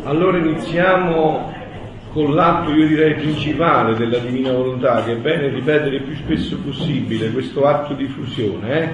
Allora iniziamo con l'atto, io direi, principale della Divina Volontà, che è bene ripetere il più spesso possibile, questo atto di fusione.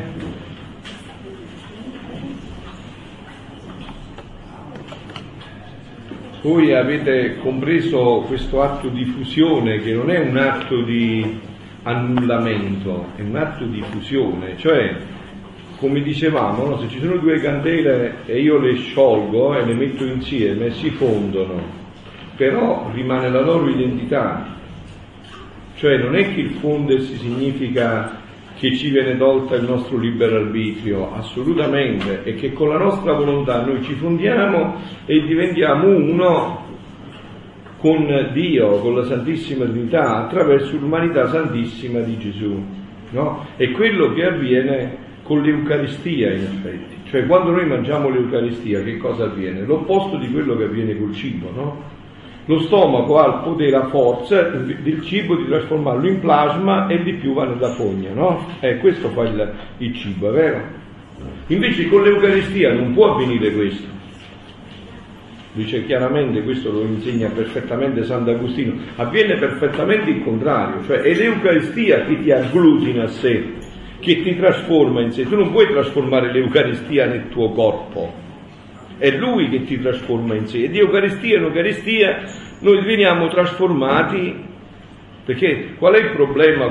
Voi avete compreso questo atto di fusione, che non è un atto di annullamento, è un atto di fusione, cioè, come dicevamo, no? Se ci sono due candele e io le sciolgo e le metto insieme, si fondono, però rimane la loro identità. Cioè non è che il fondersi significa che ci viene tolta il nostro libero arbitrio, assolutamente, è che con la nostra volontà noi ci fondiamo e diventiamo uno con Dio, con la Santissima Trinità, attraverso l'umanità santissima di Gesù, no? È quello che avviene con l'Eucaristia, in effetti. Cioè quando noi mangiamo l'Eucaristia, che cosa avviene? L'opposto di quello che avviene col cibo, no? Lo stomaco ha il potere, la forza del cibo di trasformarlo in plasma e di più va nella fogna, no? Questo fa il cibo, è vero? Invece con l'Eucaristia non può avvenire questo. Dice chiaramente, questo lo insegna perfettamente Sant'Agostino, avviene perfettamente il contrario, cioè è l'Eucaristia che ti agglutina a sé, che ti trasforma in sé. Tu non puoi trasformare l'Eucaristia nel tuo corpo, è Lui che ti trasforma in sé, e di Eucaristia in Eucaristia noi veniamo trasformati, perché qual è il problema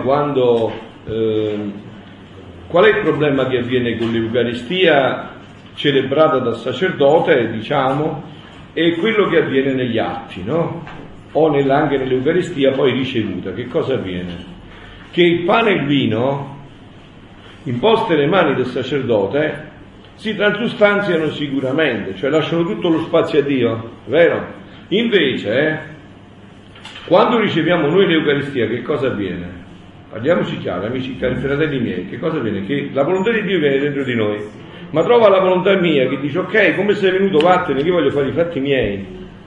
qual è il problema che avviene con l'Eucaristia celebrata dal sacerdote, diciamo, e quello che avviene negli atti, no? O anche nell'Eucaristia poi ricevuta. Che cosa avviene? Che il pane e il vino, imposte le mani del sacerdote, si transustanziano sicuramente, cioè lasciano tutto lo spazio a Dio, vero? Invece, quando riceviamo noi l'Eucaristia, che cosa avviene? Parliamoci chiaro, amici, cari fratelli miei, che cosa avviene? Che la volontà di Dio viene dentro di noi, ma trova la volontà mia che dice: ok, come sei venuto, vattene, che io voglio fare i fatti miei,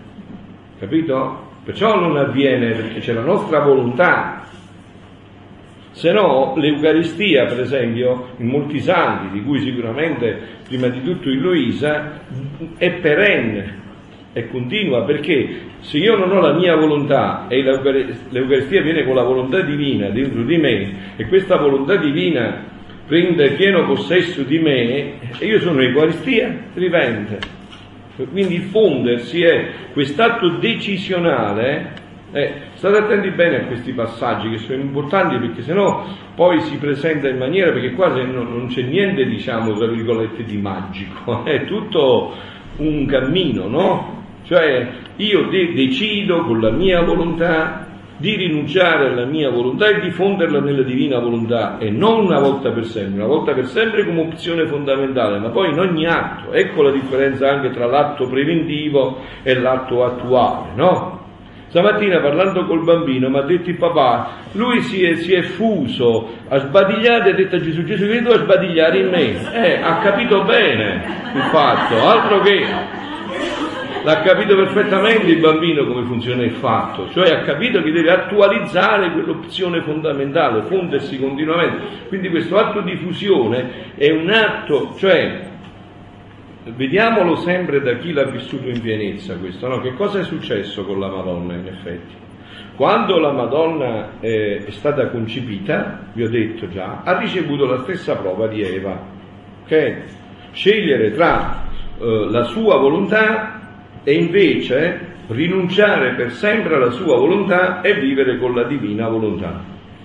capito? Perciò non avviene, perché c'è la nostra volontà. Se no, l'Eucaristia, per esempio, in molti santi, di cui sicuramente prima di tutto in Luisa, è perenne, è continua, perché se io non ho la mia volontà e l'Eucaristia viene con la volontà divina dentro di me, e questa volontà divina prende pieno possesso di me, e io sono Eucaristia vivente. Quindi il fondersi è quest'atto decisionale. State attenti bene a questi passaggi, che sono importanti, perché sennò poi si presenta in maniera, perché qua non c'è niente, diciamo, tra virgolette, di magico, è tutto un cammino, no? Cioè io decido con la mia volontà di rinunciare alla mia volontà e di fonderla nella divina volontà, e non una volta per sempre come opzione fondamentale, ma poi in ogni atto. Ecco la differenza anche tra l'atto preventivo e l'atto attuale, no? Stamattina parlando col bambino mi ha detto il papà, lui si è fuso, ha sbadigliato e ha detto a Gesù: Gesù, vieni tu a sbadigliare in me. Ha capito bene il fatto, altro che l'ha capito perfettamente il bambino come funziona il fatto, cioè ha capito che deve attualizzare quell'opzione fondamentale, fondersi continuamente. Quindi questo atto di fusione è un atto, cioè vediamolo sempre da chi l'ha vissuto in pienezza questo, no? Che cosa è successo con la Madonna in effetti? Quando la Madonna è stata concepita, vi ho detto già, ha ricevuto la stessa prova di Eva, ok? Scegliere tra la sua volontà e invece rinunciare per sempre alla sua volontà e vivere con la divina volontà,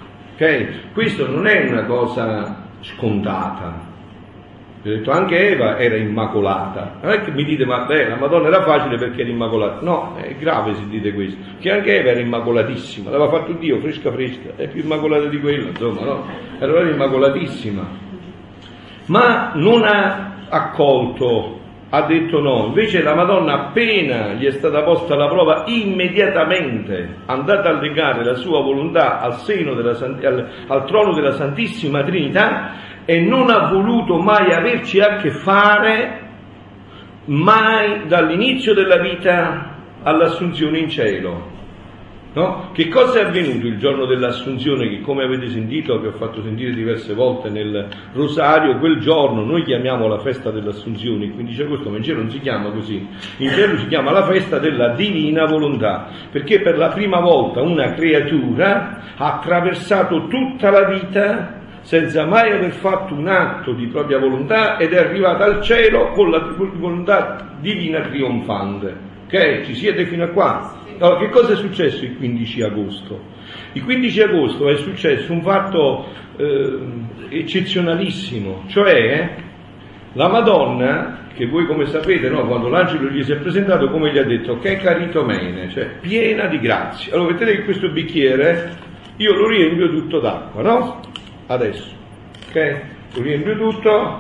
ok? Questo non è una cosa scontata. Vi ho detto, anche Eva era immacolata. Non è che mi dite, ma beh, la Madonna era facile perché era immacolata. No, è grave se dite questo, che anche Eva era immacolatissima, l'aveva fatto Dio, fresca, è più immacolata di quella, insomma, no? Era immacolatissima. Ma non ha accolto, ha detto no. Invece la Madonna, appena gli è stata posta la prova, immediatamente andata a legare la sua volontà al seno al trono della Santissima Trinità, e non ha voluto mai averci a che fare, mai, dall'inizio della vita all'assunzione in cielo. No? Che cosa è avvenuto il giorno dell'Assunzione, che come avete sentito, vi ho fatto sentire diverse volte nel Rosario, quel giorno noi chiamiamo la festa dell'Assunzione, il 15 agosto, ma in cielo non si chiama così, in cielo si chiama la festa della divina volontà, perché per la prima volta una creatura ha attraversato tutta la vita senza mai aver fatto un atto di propria volontà ed è arrivata al cielo con la volontà divina trionfante. Ok? Ci siete fino a qua? Allora, che cosa è successo il 15 agosto? Il 15 agosto è successo un fatto eccezionalissimo, cioè la Madonna, che voi come sapete, no, quando l'angelo gli si è presentato, come gli ha detto, che caritomene, cioè piena di grazie. Allora vedete che questo bicchiere io lo riempio tutto d'acqua, no? Adesso, ok? Lo riempio tutto,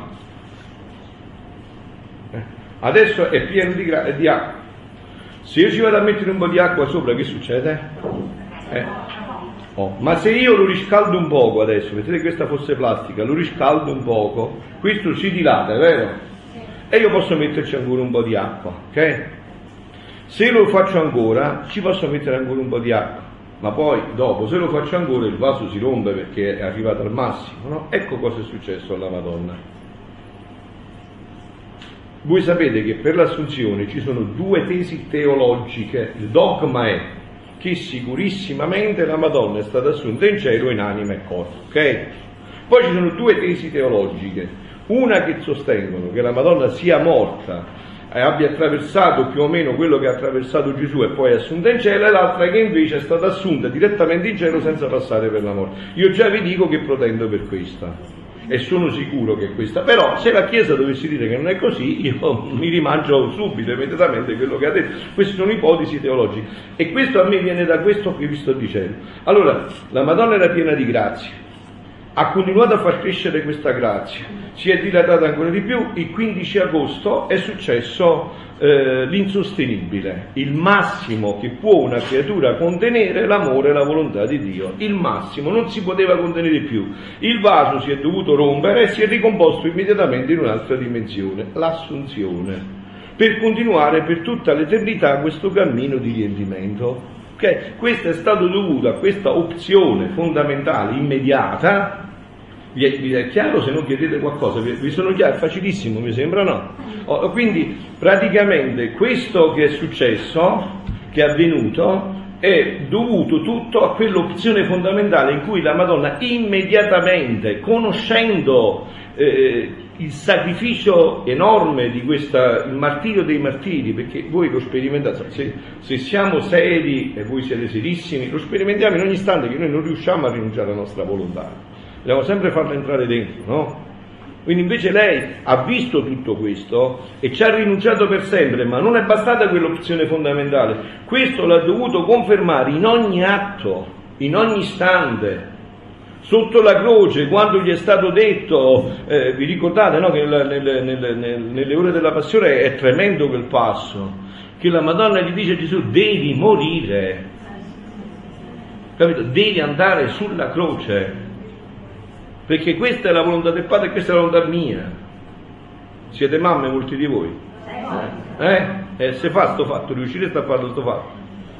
adesso è pieno di acqua. Se io ci vado a mettere un po' di acqua sopra, che succede? Ma se io lo riscaldo un poco adesso, vedete che questa fosse plastica, lo riscaldo un poco, questo si dilata, è vero? E io posso metterci ancora un po' di acqua, ok? Se lo faccio ancora, ci posso mettere ancora un po' di acqua, ma poi dopo, se lo faccio ancora, il vaso si rompe perché è arrivato al massimo, no? Ecco cosa è successo alla Madonna. Voi sapete che per l'Assunzione ci sono due tesi teologiche. Il dogma è che sicurissimamente la Madonna è stata assunta in cielo in anima e corpo, ok? Poi ci sono due tesi teologiche, una che sostengono che la Madonna sia morta e abbia attraversato più o meno quello che ha attraversato Gesù e poi è assunta in cielo, e l'altra che invece è stata assunta direttamente in cielo senza passare per la morte. Io già vi dico che protendo per questa. E sono sicuro che è questa, però se la Chiesa dovesse dire che non è così, io mi rimangio subito, immediatamente quello che ha detto. Queste sono ipotesi teologiche, e questo a me viene da questo che vi sto dicendo. Allora, la Madonna era piena di grazia, ha continuato a far crescere questa grazia, si è dilatata ancora di più. Il 15 agosto è successo l'insostenibile, il massimo che può una creatura contenere, l'amore e la volontà di Dio, il massimo, non si poteva contenere più, il vaso si è dovuto rompere e si è ricomposto immediatamente in un'altra dimensione, l'Assunzione, per continuare per tutta l'eternità questo cammino di riempimento. Okay? Questo è stato dovuto a questa opzione fondamentale, immediata. Vi è chiaro? Se non chiedete qualcosa, vi sono chiari? Facilissimo, mi sembra, no? Quindi praticamente questo che è successo, che è avvenuto, è dovuto tutto a quell'opzione fondamentale in cui la Madonna immediatamente, conoscendo il sacrificio enorme di questa, il martirio dei martiri, perché voi lo sperimentate, se siamo seri e voi siete serissimi, lo sperimentiamo in ogni istante che noi non riusciamo a rinunciare alla nostra volontà. Dobbiamo sempre farla entrare dentro, no? Quindi invece lei ha visto tutto questo e ci ha rinunciato per sempre, ma non è bastata quell'opzione fondamentale. Questo l'ha dovuto confermare in ogni atto, in ogni istante. Sotto la croce, quando gli è stato detto, vi ricordate, no, che nelle ore della passione è tremendo quel passo, che la Madonna gli dice a Gesù: devi morire, capito? Devi andare sulla croce, perché questa è la volontà del Padre e questa è la volontà mia. Siete mamme molti di voi? Se fa sto fatto, riuscireste a farlo sto fatto?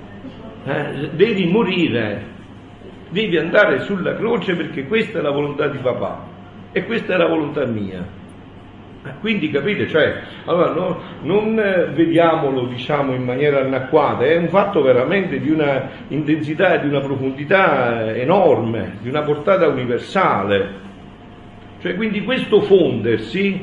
Devi morire, devi andare sulla croce, perché questa è la volontà di papà e questa è la volontà mia. Quindi capite, cioè, allora non vediamolo, diciamo, in maniera annacquata, è un fatto veramente di una intensità e di una profondità enorme, di una portata universale. Cioè, quindi questo fondersi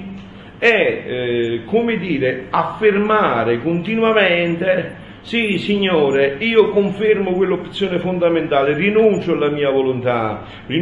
è, come dire, affermare continuamente: sì, Signore, io confermo quell'opzione fondamentale, rinuncio alla mia volontà,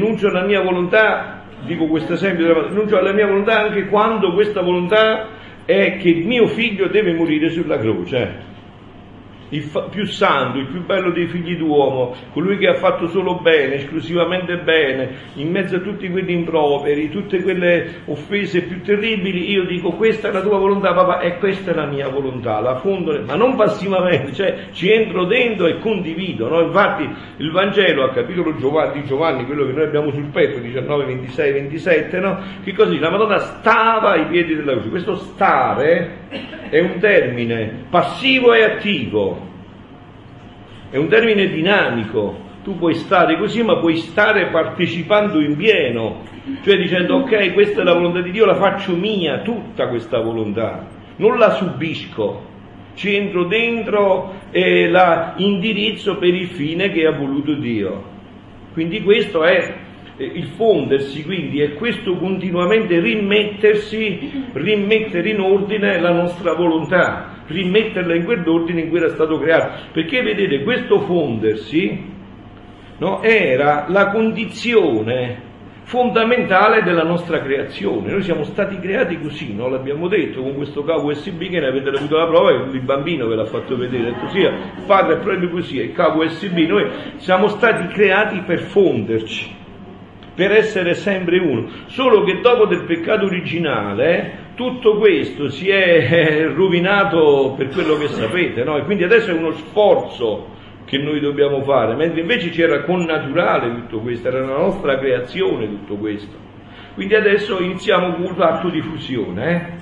dico questo esempio, rinuncio alla mia volontà anche quando questa volontà è che mio figlio deve morire sulla croce. Il più santo, il più bello dei figli d'uomo, colui che ha fatto solo bene, esclusivamente bene, in mezzo a tutti quegli improperi, tutte quelle offese più terribili, io dico: questa è la tua volontà, papà, e questa è la mia volontà, la fondo, ma non passivamente, cioè ci entro dentro e condivido, no? Infatti il Vangelo, al capitolo di Giovanni, quello che noi abbiamo sul petto, 19, 26, 27, no? Che così la Madonna stava ai piedi della croce. Questo stare è un termine passivo e attivo. è un termine dinamico. Tu puoi stare così, ma puoi stare partecipando in pieno, cioè dicendo ok, questa è la volontà di Dio, la faccio mia, tutta questa volontà, non la subisco, ci entro dentro e la indirizzo per il fine che ha voluto Dio. Quindi questo è il fondersi, quindi è questo continuamente rimettere in ordine la nostra volontà, rimetterla in quell'ordine in cui era stato creato, perché vedete questo fondersi, no, era la condizione fondamentale della nostra creazione. Noi siamo stati creati così, no? L'abbiamo detto con questo cavo USB che ne avete avuto la prova, che il bambino ve l'ha fatto vedere, ha detto sì, il padre è proprio così, è il cavo USB. Noi siamo stati creati per fonderci, per essere sempre uno, solo che dopo del peccato originale tutto questo si è rovinato per quello che sapete, no? E quindi adesso è uno sforzo che noi dobbiamo fare, mentre invece c'era connaturale tutto questo, era la nostra creazione tutto questo. Quindi adesso iniziamo con l'atto di fusione.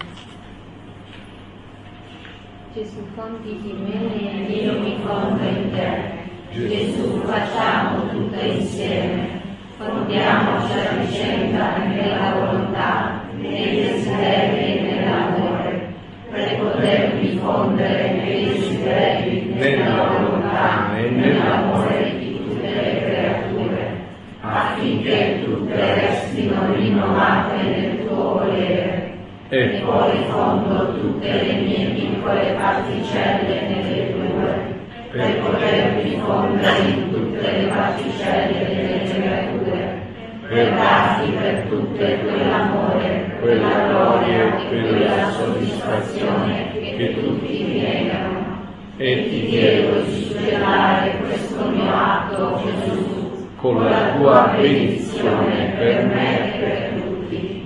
Gesù, fonditi in me e io mi fondo in te. Gesù, facciamo tutto insieme. Fondiamoci a vicenda nella volontà, nei desideri e nell'amore, per poter diffondere nei desideri, nella volontà e nell'amore di tutte le creature, affinché tutte restino rinnovate nel tuo volere. E poi fondo tutte le mie piccole particelle nelle tue, per poter diffondere in tutte le particelle delle creature, per darti per tutte quell'amore, quella gloria e quella soddisfazione che tutti piegano. E ti chiedo di suggellare questo mio atto, Gesù, con la tua benedizione per me e per tutti.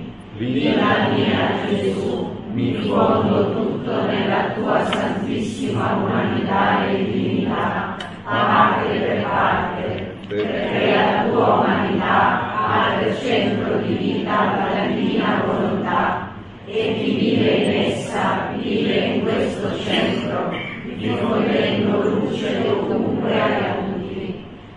Vita mia, Gesù, mi fondo tutto nella tua santissima umanità e divinità, parte per parte, perché la tua umanità ha per centro di vita la divina volontà, e chi vive in essa vive in questo centro, diffondendo luce ovunque a tutti.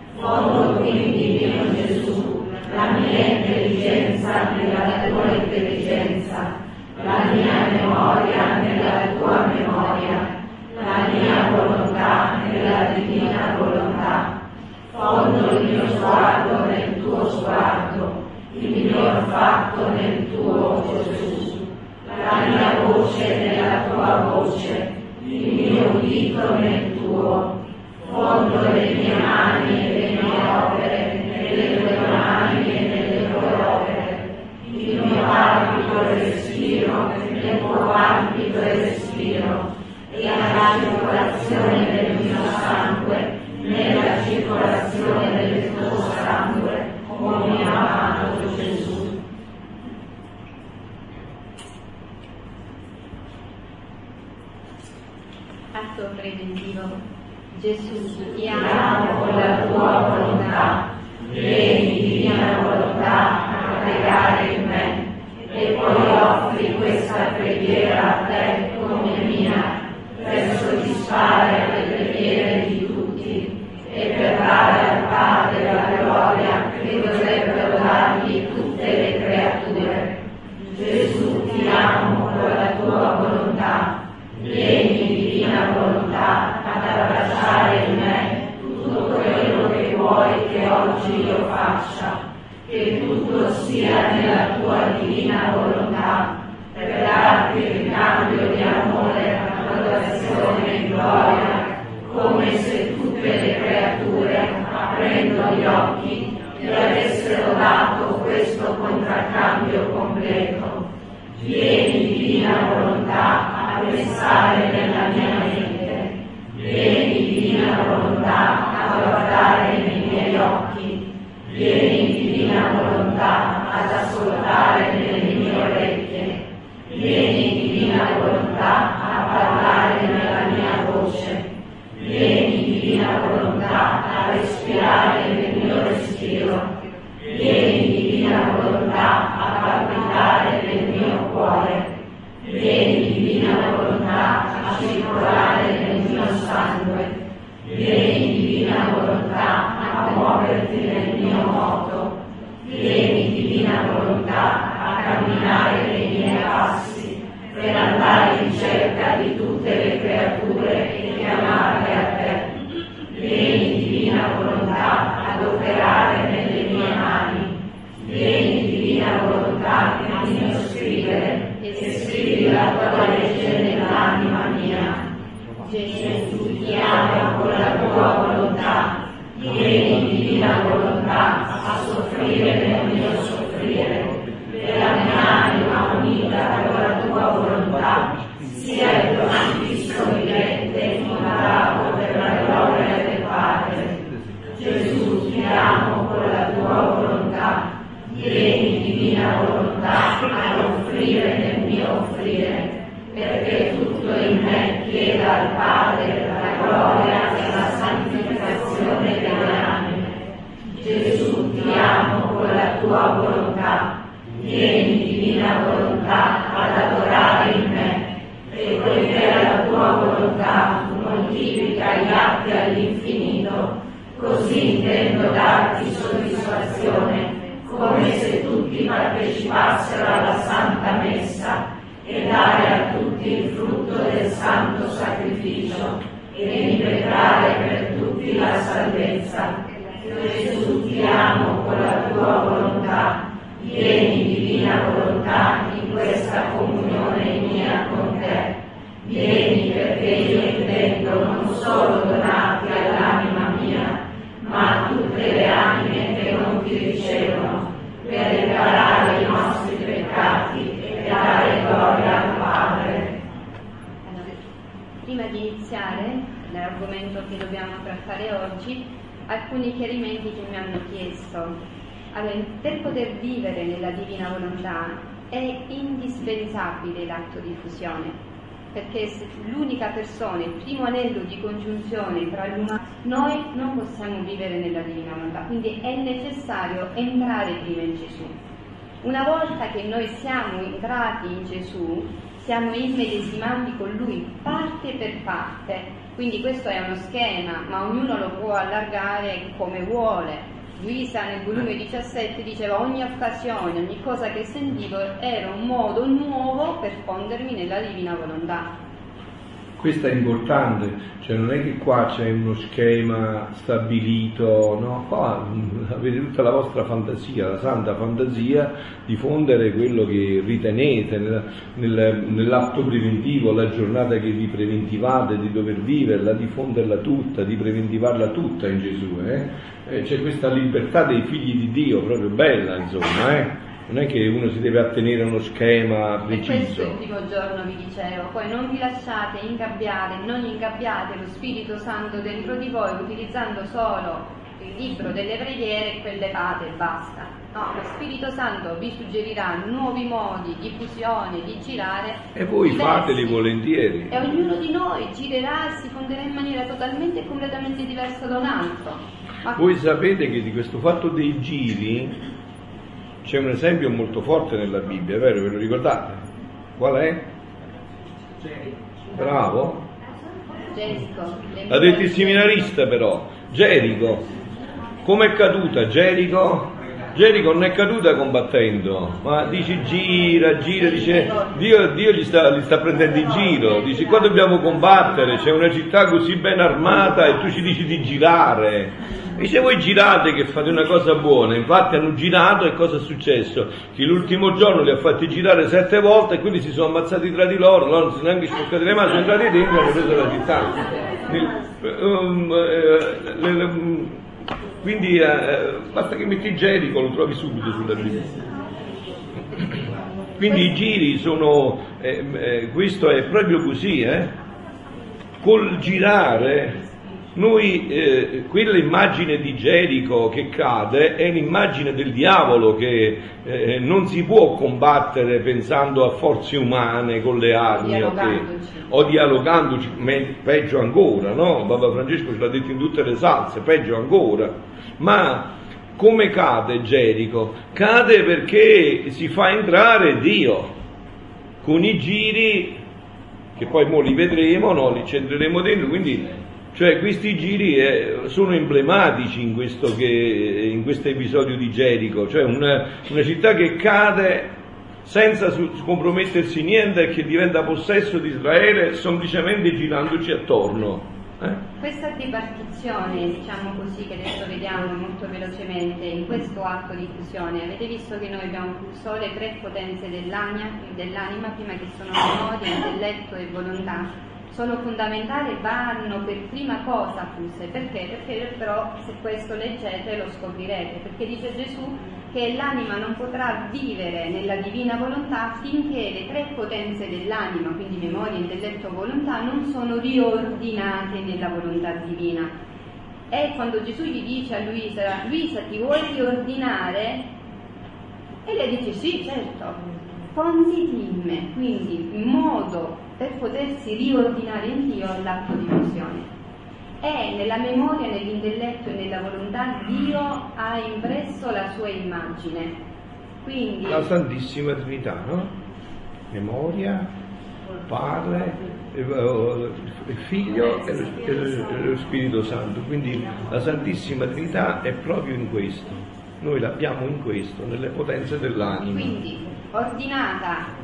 Fondo quindi, mio Gesù, la mia intelligenza nella tua intelligenza, la mia memoria nella tua memoria, la mia volontà nella divina volontà. Fondo il mio sguardo nel tuo sguardo, il miglior fatto nel tuo Gesù, la mia voce nella tua voce, il mio udito nel tuo. Fondo le mie mani e le mie opere nelle tue mani e nelle tue opere, il mio palpito e respiro nel tuo palpito e respiro, e la circolazione del mio sangue nella circolazione del tuo sangue, o mio amato Gesù. Atto preventivo. Gesù, ti amo con la tua volontà, vieni divina volontà a pregare in me, e poi offri questa preghiera a te come mia, per soddisfare le preghiere di tutti e per dare al Padre la gloria che dovrebbero dargli tutte le creature. Gesù, ti amo con la tua volontà, vieni divina volontà ad abbracciare in me tutto quello che vuoi che oggi io faccia, che tutto sia nella tua divina volontà, per darti il cambio di amore, adorazione e gloria, come se tutte le creature, aprendo gli occhi, ti avessero dato questo contraccambio completo. Vieni divina volontà a pensare nella mia mente, vieni divina volontà a guardare nei miei occhi, vieni divina volontà ad ascoltare nelle mie orecchie, vieni divina volontà a parlare nella mia voce, vieni divina volontà a respirare nel mio respiro, vieni divina volontà a palpitare nel mio cuore, vieni divina volontà a circolare nel mio sangue, vieni divina volontà a muoverti nel mio moto. Vieni, divina volontà, a camminare nei miei passi, per andare in cerca di tutte le creature e chiamarle a te. Vieni, divina volontà, ad operare nelle mie mani. Vieni, divina volontà, nel mio scrivere, e scrivi la tua legge nell'anima mia. Gesù, ti amo con la tua volontà. Vieni, divina volontà, a soffrire nel mio soffrire, per la mia anima unita con la tua volontà, sia il crocifisso vivente immolato per la gloria del Padre. Gesù, ti amo con la tua volontà. Vieni, divina volontà, ad offrire nel mio offrire, perché tutto in me chieda al Padre la gloria e la santificazione delle anime. Gesù, ti amo con la tua volontà. Vieni, divina volontà, ad adorare in me, e poiché la tua volontà moltiplica gli atti all'infinito, così intendo darti soddisfazione, come se tutti partecipassero alla Santa Messa, e dare a tutti il frutto del santo sacrificio, e ripetare per tutti la salvezza. Gesù, ti amo con la tua volontà. Vieni, divina volontà, in questa comunione mia con te. Vieni, perché io intendo non solo donarti all'anima mia, ma a tutte le anime che non ti ricevono, per riparare i nostri peccati e dare gloria al Padre. Prima di iniziare l'argomento che dobbiamo trattare oggi, alcuni chiarimenti che mi hanno chiesto. Allora, per poter vivere nella divina volontà è indispensabile l'atto di fusione, perché l'unica persona, il primo anello di congiunzione tra l'umano, noi non possiamo vivere nella divina volontà, quindi è necessario entrare prima in Gesù. Una volta che noi siamo entrati in Gesù, siamo immedesimati con Lui parte per parte, quindi questo è uno schema, ma ognuno lo può allargare come vuole. Luisa nel volume 17 diceva: ogni occasione, ogni cosa che sentivo era un modo nuovo per fondermi nella divina volontà. Questo è importante, cioè non è che qua c'è uno schema stabilito, no? Qua avete tutta la vostra fantasia, la santa fantasia di fondere quello che ritenete nell'atto preventivo, la giornata che vi preventivate di dover viverla, di fonderla tutta, di preventivarla tutta in Gesù. C'è questa libertà dei figli di Dio, proprio bella, insomma, Non è che uno si deve attenere a uno schema preciso. E questo il primo giorno vi dicevo, poi non vi lasciate ingabbiare, non ingabbiate lo Spirito Santo dentro di voi utilizzando solo il libro delle preghiere e quelle fate e basta. No, lo Spirito Santo vi suggerirà nuovi modi di fusione, di girare. E voi diversi. Fateli volentieri. E ognuno di noi girerà e si fonderà in maniera totalmente e completamente diversa da un altro. Ma voi sapete che di questo fatto dei giri c'è un esempio molto forte nella Bibbia, vero? Ve lo ricordate? Qual è? Bravo. Gerico. L'ha detto il seminarista però. Gerico. Come è caduta Gerico? Gerico non è caduta combattendo, ma dice gira, dice Dio li sta prendendo in giro, dice qua dobbiamo combattere, c'è una città così ben armata e tu ci dici di girare. Dice voi girate che fate una cosa buona, infatti hanno girato e cosa è successo? Che l'ultimo giorno li ha fatti girare 7 volte e quelli si sono ammazzati tra di loro non si sono neanche scioccati le mani, sono entrati dentro e hanno preso la città. Quindi basta che metti Gerico, lo trovi subito sulla Bibbia. Quindi i giri sono, questo è proprio così, col girare. Noi, quella immagine di Gerico che cade è l'immagine del diavolo che non si può combattere pensando a forze umane con le armi o dialogandoci, peggio ancora, no? Papa Francesco ce l'ha detto in tutte le salse, peggio ancora. Ma come cade Gerico? Cade perché si fa entrare Dio con i giri che poi mo li vedremo, no? Li centreremo dentro, quindi Cioè questi giri sono emblematici in questo episodio di Gerico, cioè una città che cade senza compromettersi niente e che diventa possesso di Israele semplicemente girandoci attorno. Questa dipartizione, diciamo così, che adesso vediamo molto velocemente in questo atto di fusione, avete visto che noi abbiamo fuso le tre potenze dell'anima prima, che sono memoria, intelletto e volontà. Sono fondamentali, vanno per prima cosa fuse. Perché? Perché però, se questo leggete, lo scoprirete, perché dice Gesù che l'anima non potrà vivere nella divina volontà finché le tre potenze dell'anima, quindi memoria, intelletto e volontà, non sono riordinate nella volontà divina. E quando Gesù gli dice a Luisa, Luisa, ti vuoi riordinare? E lei dice sì, certo, consiti in me, quindi il modo per potersi riordinare in Dio è l'atto di fusione. E nella memoria, nell'intelletto e nella volontà Dio ha impresso la sua immagine. Quindi la Santissima Trinità, no? Memoria, Padre, il Figlio e lo Spirito Santo. Quindi la Santissima Trinità è proprio in questo. Noi l'abbiamo in questo, nelle potenze dell'anima. Quindi, ordinata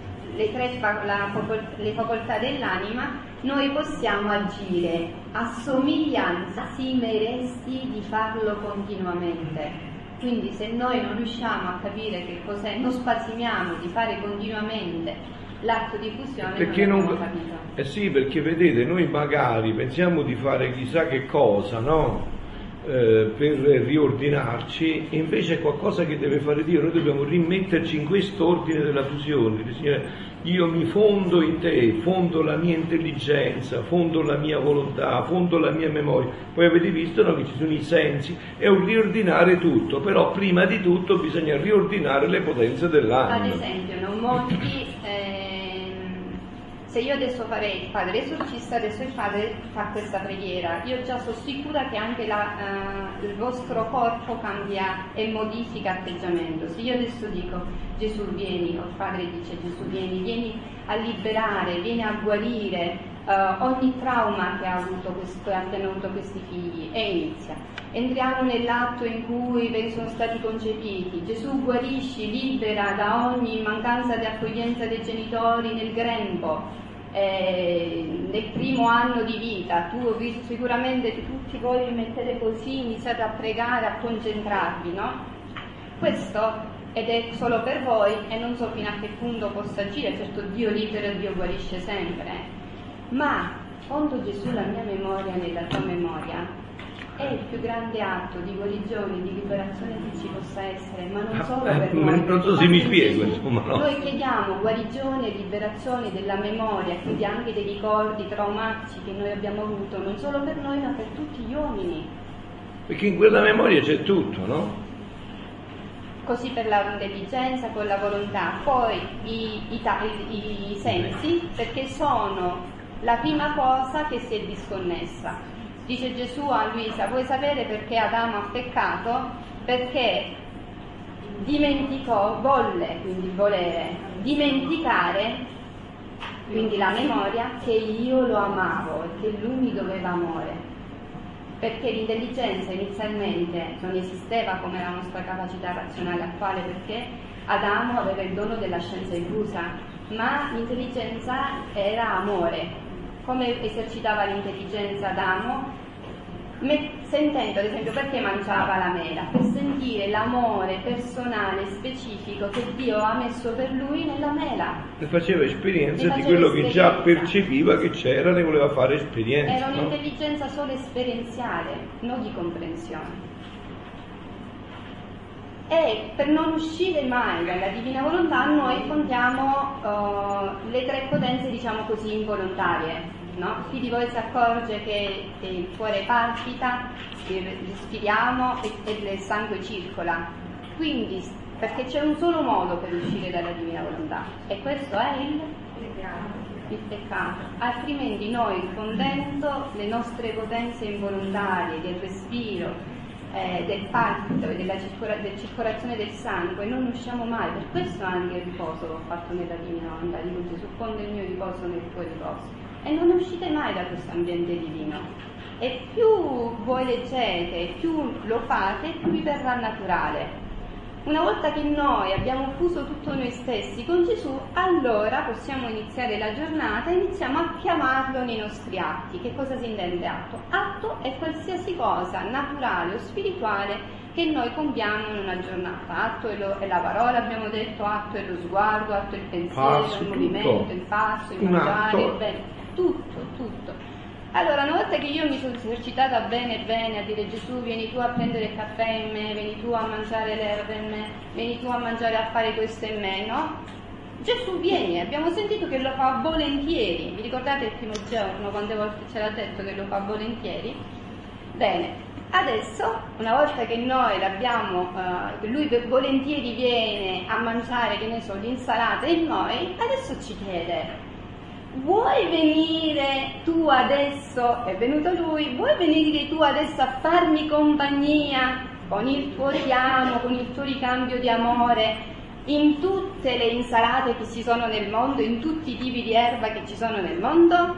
le facoltà dell'anima, noi possiamo agire a somiglianza simeresti di farlo continuamente. Quindi se noi non riusciamo a capire che cos'è, non spasimiamo di fare continuamente l'atto di fusione, perché non abbiamo capito. Sì, perché vedete, noi magari pensiamo di fare chissà che cosa, no? Per riordinarci, e invece è qualcosa che deve fare Dio. Noi dobbiamo rimetterci in quest'ordine della fusione. Signore, io mi fondo in te, fondo la mia intelligenza, fondo la mia volontà, fondo la mia memoria. Poi avete visto, no, che ci sono i sensi, è un riordinare tutto, però prima di tutto bisogna riordinare le potenze dell'anima. Ad esempio, no, molti se io adesso farei il padre esorcista, adesso il padre fa questa preghiera, io già sono sicura che anche il vostro corpo cambia e modifica atteggiamento. Se io adesso dico Gesù vieni, o il padre dice Gesù vieni a liberare, vieni a guarire ogni trauma che ha tenuto questi figli, e inizia. Entriamo nell'atto in cui sono stati concepiti. Gesù guarisci, libera da ogni mancanza di accoglienza dei genitori nel grembo. Nel primo anno di vita, sicuramente tutti voi vi mettete così, iniziate a pregare, a concentrarvi, no? Questo ed è solo per voi e non so fino a che punto possa agire. Certo, Dio libera e Dio guarisce sempre, ma fondo Gesù la mia memoria nella tua memoria è il più grande atto di guarigione, di liberazione che ci possa essere, ma non solo per noi. Non so se mi spiego, insomma, no? Noi chiediamo guarigione e liberazione della memoria, quindi anche dei ricordi traumatici che noi abbiamo avuto, non solo per noi, ma per tutti gli uomini. Perché in quella memoria c'è tutto, no? Così per l'intelligenza, con la volontà, poi i sensi, perché sono la prima cosa che si è disconnessa. Dice Gesù a Luisa, vuoi sapere perché Adamo ha peccato? Perché volle, quindi volere, dimenticare, quindi la memoria, che io lo amavo e che lui mi doveva amore. Perché l'intelligenza inizialmente non esisteva come la nostra capacità razionale attuale, perché Adamo aveva il dono della scienza inclusa, ma l'intelligenza era amore. Come esercitava l'intelligenza Adamo? Sentendo, ad esempio, perché mangiava la mela? Per sentire l'amore personale specifico che Dio ha messo per lui nella mela. E faceva esperienza di quello che già percepiva che c'era, ne voleva fare esperienza. Era un'intelligenza solo esperienziale, non di comprensione. E per non uscire mai dalla divina volontà noi contiamo le tre potenze, diciamo così, involontarie, no? Chi di voi si accorge che il cuore palpita, respiriamo e il sangue circola, quindi perché c'è un solo modo per uscire dalla divina volontà, e questo è il peccato. Altrimenti noi, fondendo le nostre potenze involontarie del respiro, del palpito e della circolazione del sangue, non usciamo mai. Per questo anche il riposo l'ho fatto nella divina volontà, dico Gesù, fonde il mio riposo nel tuo riposo. e non uscite mai da questo ambiente divino. E più voi leggete, più lo fate, più vi verrà naturale. Una volta che noi abbiamo fuso tutto noi stessi con Gesù, allora possiamo iniziare la giornata e iniziamo a chiamarlo nei nostri atti. Che cosa si intende atto? Atto è qualsiasi cosa naturale o spirituale che noi compiamo in una giornata. Atto è la parola, abbiamo detto, atto è lo sguardo, atto è il pensiero, il movimento, il passo, il mangiare, il bene, tutto. Allora, una volta che io mi sono esercitata bene a dire Gesù, vieni tu a prendere il caffè in me, vieni tu a mangiare l'erba in me, vieni tu a mangiare, a fare questo in me, no? Gesù viene, abbiamo sentito che lo fa volentieri. Vi ricordate il primo giorno, quante volte ce l'ha detto che lo fa volentieri? Bene, adesso, una volta che noi l'abbiamo, lui volentieri viene a mangiare, che ne so, l'insalata in noi, adesso ci chiede: vuoi venire tu adesso, è venuto lui, vuoi venire tu adesso a farmi compagnia con il tuo richiamo, con il tuo ricambio di amore in tutte le insalate che ci sono nel mondo, in tutti i tipi di erba che ci sono nel mondo?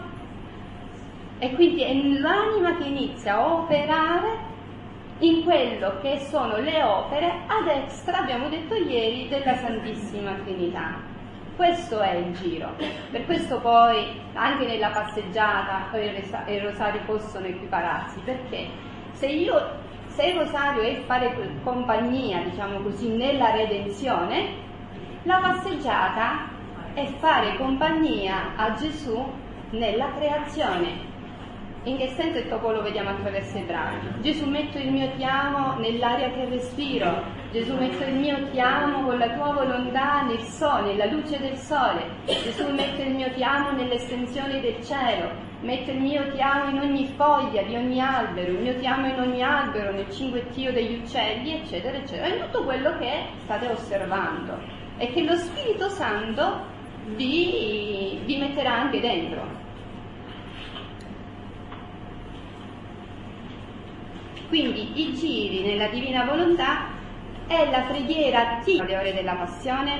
E quindi è l'anima che inizia a operare in quello che sono le opere a destra, abbiamo detto ieri, della Santissima Trinità. Questo è il giro. Per questo poi anche nella passeggiata e il rosario possono equipararsi, perché se il rosario è fare compagnia, diciamo così, nella redenzione, la passeggiata è fare compagnia a Gesù nella creazione. In che senso? E dopo lo vediamo attraverso i brani. Gesù, metto il mio ti amo nell'aria che respiro. Gesù, metto il mio ti amo con la tua volontà nel sole, nella luce del sole. Gesù, metto il mio ti amo nell'estensione del cielo. Metto il mio ti amo in ogni foglia di ogni albero, il mio ti amo in ogni albero, nel cinguettio degli uccelli, eccetera, eccetera. È tutto quello che state osservando e che lo Spirito Santo vi metterà anche dentro. Quindi i giri nella Divina Volontà è la preghiera attiva alle ore della Passione.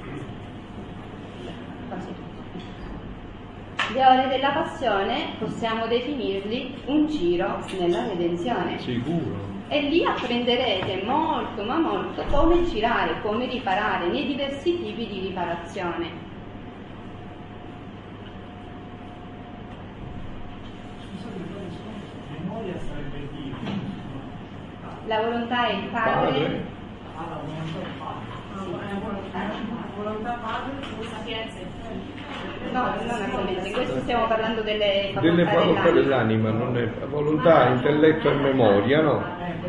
Le ore della Passione possiamo definirli un giro nella redenzione. Sicuro. E lì apprenderete molto, ma molto, come girare, come riparare, nei diversi tipi di riparazione. La volontà è il Padre. Volontà Padre, sapienza. No, non assolutamente, questo stiamo parlando delle facoltà dell'anima, non è volontà, intelletto e memoria, no?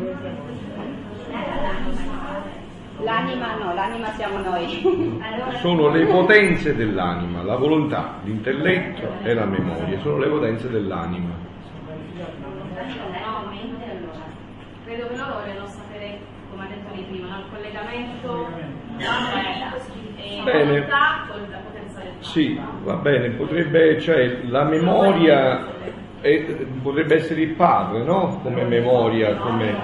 L'anima no, l'anima siamo noi. Sono le potenze dell'anima, la volontà, l'intelletto e la memoria, sono le potenze dell'anima. Credo che loro vogliono sapere, come ha detto lei prima, il collegamento e volontà con la potenza del Padre. Sì, va bene, potrebbe, cioè la memoria potrebbe essere il padre, no? Come memoria, come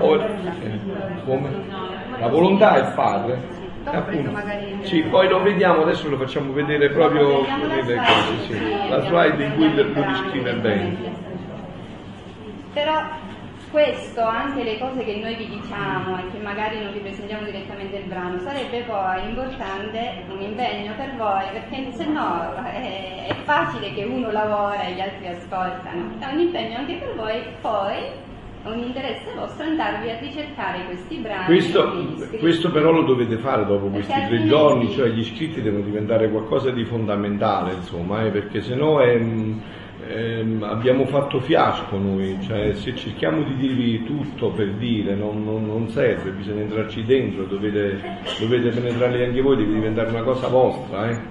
la volontà è il padre. Appunto. Sì, poi lo vediamo, adesso lo facciamo vedere proprio nelle cose, sì. La slide in cui lo descrive bene. Però questo, anche le cose che noi vi diciamo e che magari non vi presentiamo direttamente il brano, sarebbe poi importante un impegno per voi, perché se no è facile che uno lavora e gli altri ascoltano. È un impegno anche per voi, poi è un interesse vostro andarvi a ricercare questi brani. Questo però lo dovete fare dopo questi 3 giorni, cioè gli iscritti devono diventare qualcosa di fondamentale, insomma, perché sennò abbiamo fatto fiasco noi, cioè se cerchiamo di dirvi tutto per dire non serve, bisogna entrarci dentro, dovete penetrarli anche voi, deve diventare una cosa vostra.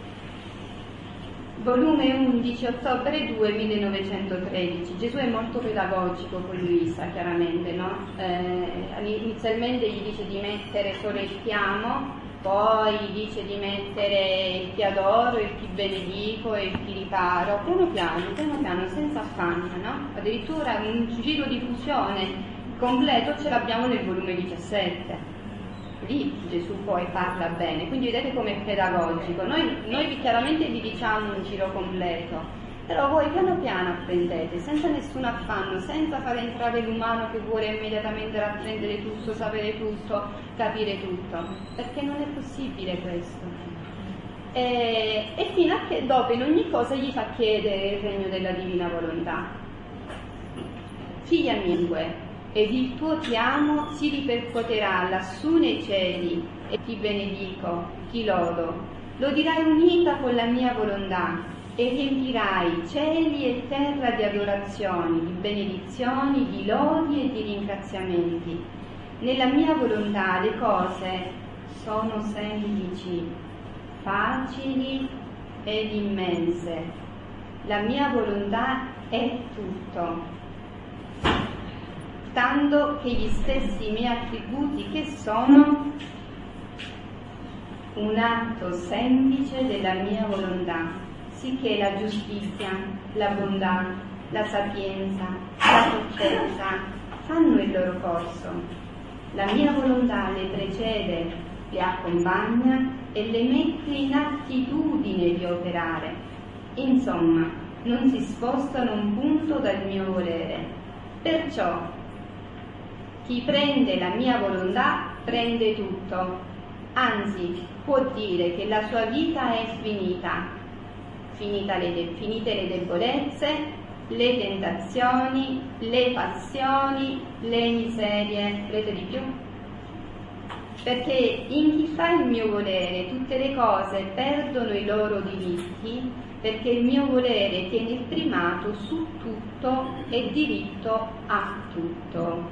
Volume 11, ottobre 2, 1913. Gesù è molto pedagogico con Luisa, chiaramente, no? Inizialmente gli dice di mettere solo il ti amo, poi gli dice di mettere il ti adoro, il ti benedico e il ti riparo, piano piano, senza affanno, no? Addirittura un giro di fusione completo ce l'abbiamo nel volume 17. Lì Gesù poi parla bene, quindi vedete com'è pedagogico. Noi chiaramente vi diciamo un giro completo, Però voi piano piano apprendete, senza nessun affanno, senza far entrare l'umano che vuole immediatamente rapprendere tutto, sapere tutto, capire tutto, perché non è possibile questo. E fino a che dopo in ogni cosa gli fa chiedere il regno della divina volontà. Figlia mia, ed il tuo ti amo si ripercuoterà lassù nei cieli, e ti benedico, ti lodo, lo dirai unita con la mia volontà, e riempirai cieli e terra di adorazioni, di benedizioni, di lodi e di ringraziamenti. Nella mia volontà le cose sono semplici, facili ed immense. La mia volontà è tutto, tanto che gli stessi miei attributi che sono un atto semplice della mia volontà, sicché la giustizia, la bontà, la sapienza, la dolcezza fanno il loro corso. La mia volontà le precede, le accompagna e le mette in attitudine di operare. Insomma, non si spostano un punto dal mio volere. Perciò chi prende la mia volontà prende tutto, anzi può dire che la sua vita è finita. Finite le debolezze, le tentazioni, le passioni, le miserie, volete di più? Perché in chi fa il mio volere tutte le cose perdono i loro diritti, perché il mio volere tiene il primato su tutto e diritto a tutto.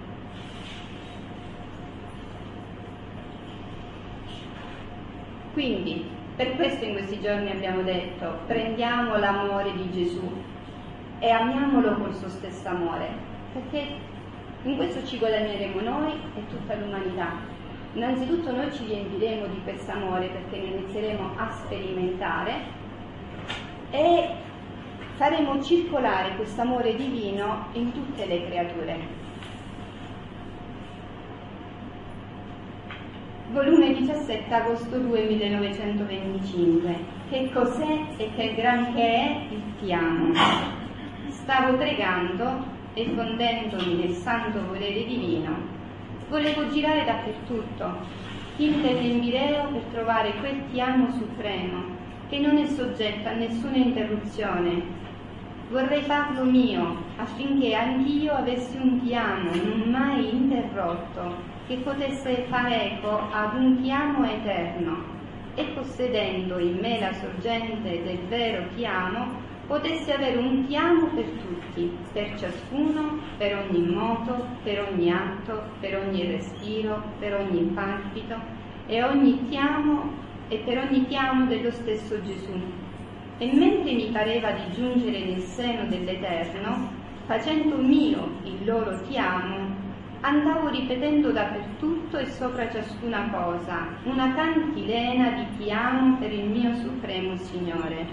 Quindi, per questo in questi giorni abbiamo detto, prendiamo l'amore di Gesù e amiamolo col suo stesso amore, perché in questo ci guadagneremo noi e tutta l'umanità. Innanzitutto noi ci riempiremo di questo amore perché ne inizieremo a sperimentare e faremo circolare questo amore divino in tutte le creature. Volume 17, agosto 2, 1925. Che cos'è e che granché è il ti amo? Stavo pregando e fondendomi nel santo volere divino, volevo girare dappertutto, tinte nell'Embireo per trovare quel ti amo supremo, che non è soggetto a nessuna interruzione. Vorrei farlo mio, affinché anch'io avessi un ti amo non mai interrotto, che potesse fare eco ad un ti amo eterno, e possedendo in me la sorgente del vero ti amo, potessi avere un ti amo per tutti, per ciascuno, per ogni moto, per ogni atto, per ogni respiro, per ogni palpito, e per ogni ti amo dello stesso Gesù. E mentre mi pareva di giungere nel seno dell'Eterno, facendo mio il loro ti amo, andavo ripetendo dappertutto e sopra ciascuna cosa una cantilena di ti amo per il mio supremo Signore.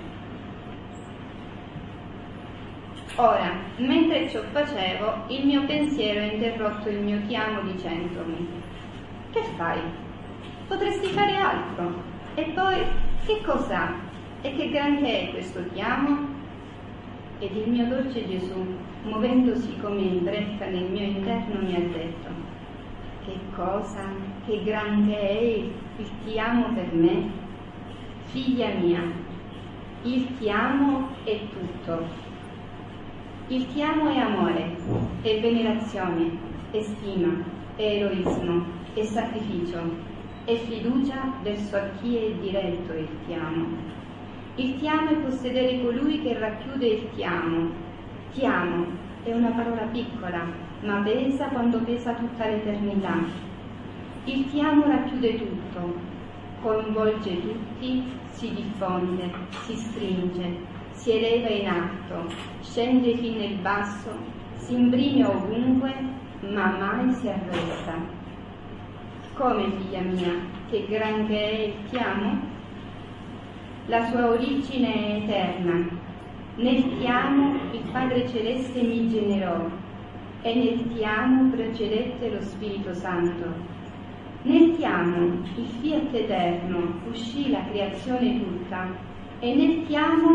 Ora, mentre ciò facevo, il mio pensiero ha interrotto il mio ti amo dicendomi: che fai? Potresti fare altro. E poi, che cos'ha? E che granché è questo ti amo? Ed il mio dolce Gesù, muovendosi come in brecca nel mio interno, mi ha detto: che cosa, che grande è il ti amo per me? Figlia mia, il ti amo è tutto. Il ti amo è amore, è venerazione, è stima, è eroismo, è sacrificio, è fiducia verso a chi è diretto il ti amo. Il ti amo è possedere colui che racchiude il ti amo. Ti amo è una parola piccola, ma pesa quando pesa tutta l'eternità. Il ti amo racchiude tutto, coinvolge tutti, si diffonde, si stringe, si eleva in alto, scende fin nel basso, si imbrina ovunque, ma mai si arresta. Come, figlia mia, che grande è il ti amo? La sua origine è eterna. Nel ti amo il Padre Celeste mi generò e nel ti amo procedette lo Spirito Santo. Nel ti amo il Fiat eterno uscì la creazione tutta e nel ti amo per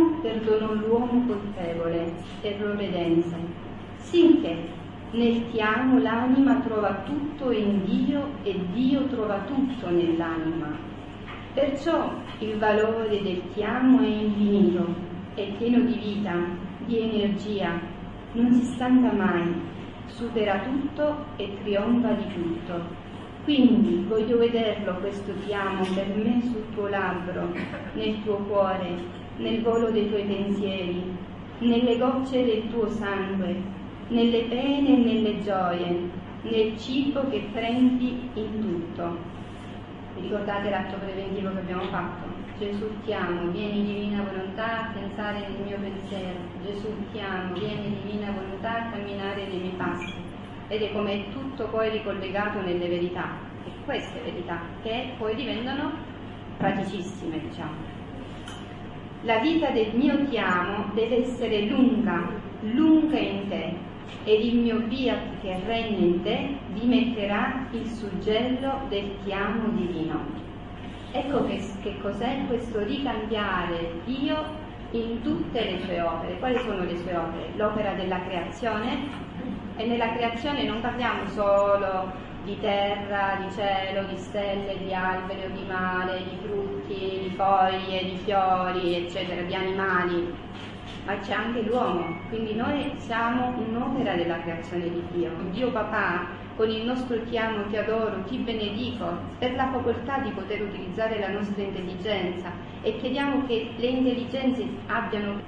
donò l'uomo colpevole, errore dense, sicché nel ti amo l'anima trova tutto in Dio e Dio trova tutto nell'anima. Perciò il valore del ti amo è infinito, è pieno di vita, di energia, non si stanca mai, supera tutto e trionfa di tutto. Quindi voglio vederlo questo ti amo per me sul tuo labbro, nel tuo cuore, nel volo dei tuoi pensieri, nelle gocce del tuo sangue, nelle pene e nelle gioie, nel cibo che prendi in tutto. Vi ricordate l'atto preventivo che abbiamo fatto? Gesù ti amo, vieni divina volontà a pensare nel mio pensiero. Gesù ti amo, vieni divina volontà a camminare nei miei passi. Vedete come è tutto poi ricollegato nelle verità, e queste verità che poi diventano praticissime, diciamo. La vita del mio ti amo deve essere lunga, lunga in te, ed il mio fiat che regna in te vi metterà il suggello del ti amo divino. Ecco che cos'è questo ricambiare Dio in tutte le sue opere. Quali sono le sue opere? L'opera della creazione, e nella creazione non parliamo solo di terra, di cielo, di stelle, di alberi o di mare, di frutti, di foglie, di fiori, eccetera, di animali, ma c'è anche l'uomo. Quindi noi siamo un'opera della creazione di Dio. Dio Papà, con il nostro ti amo, ti adoro, ti benedico, per la facoltà di poter utilizzare la nostra intelligenza, e chiediamo che le intelligenze abbiano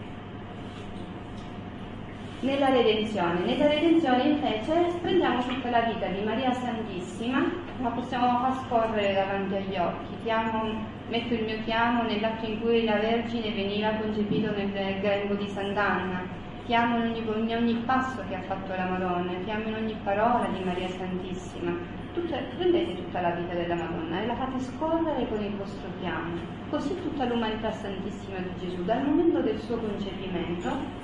nella redenzione. Nella redenzione invece prendiamo tutta la vita di Maria Santissima, la possiamo far scorrere davanti agli occhi. Ti amo, metto il mio ti amo nell'atto in cui la Vergine veniva concepito nel grembo di Sant'Anna. Ti amo in ogni passo che ha fatto la Madonna, ti amo in ogni parola di Maria Santissima. Prendete tutta la vita della Madonna e la fate scorrere con il vostro ti amo. Così tutta l'umanità santissima di Gesù, dal momento del suo concepimento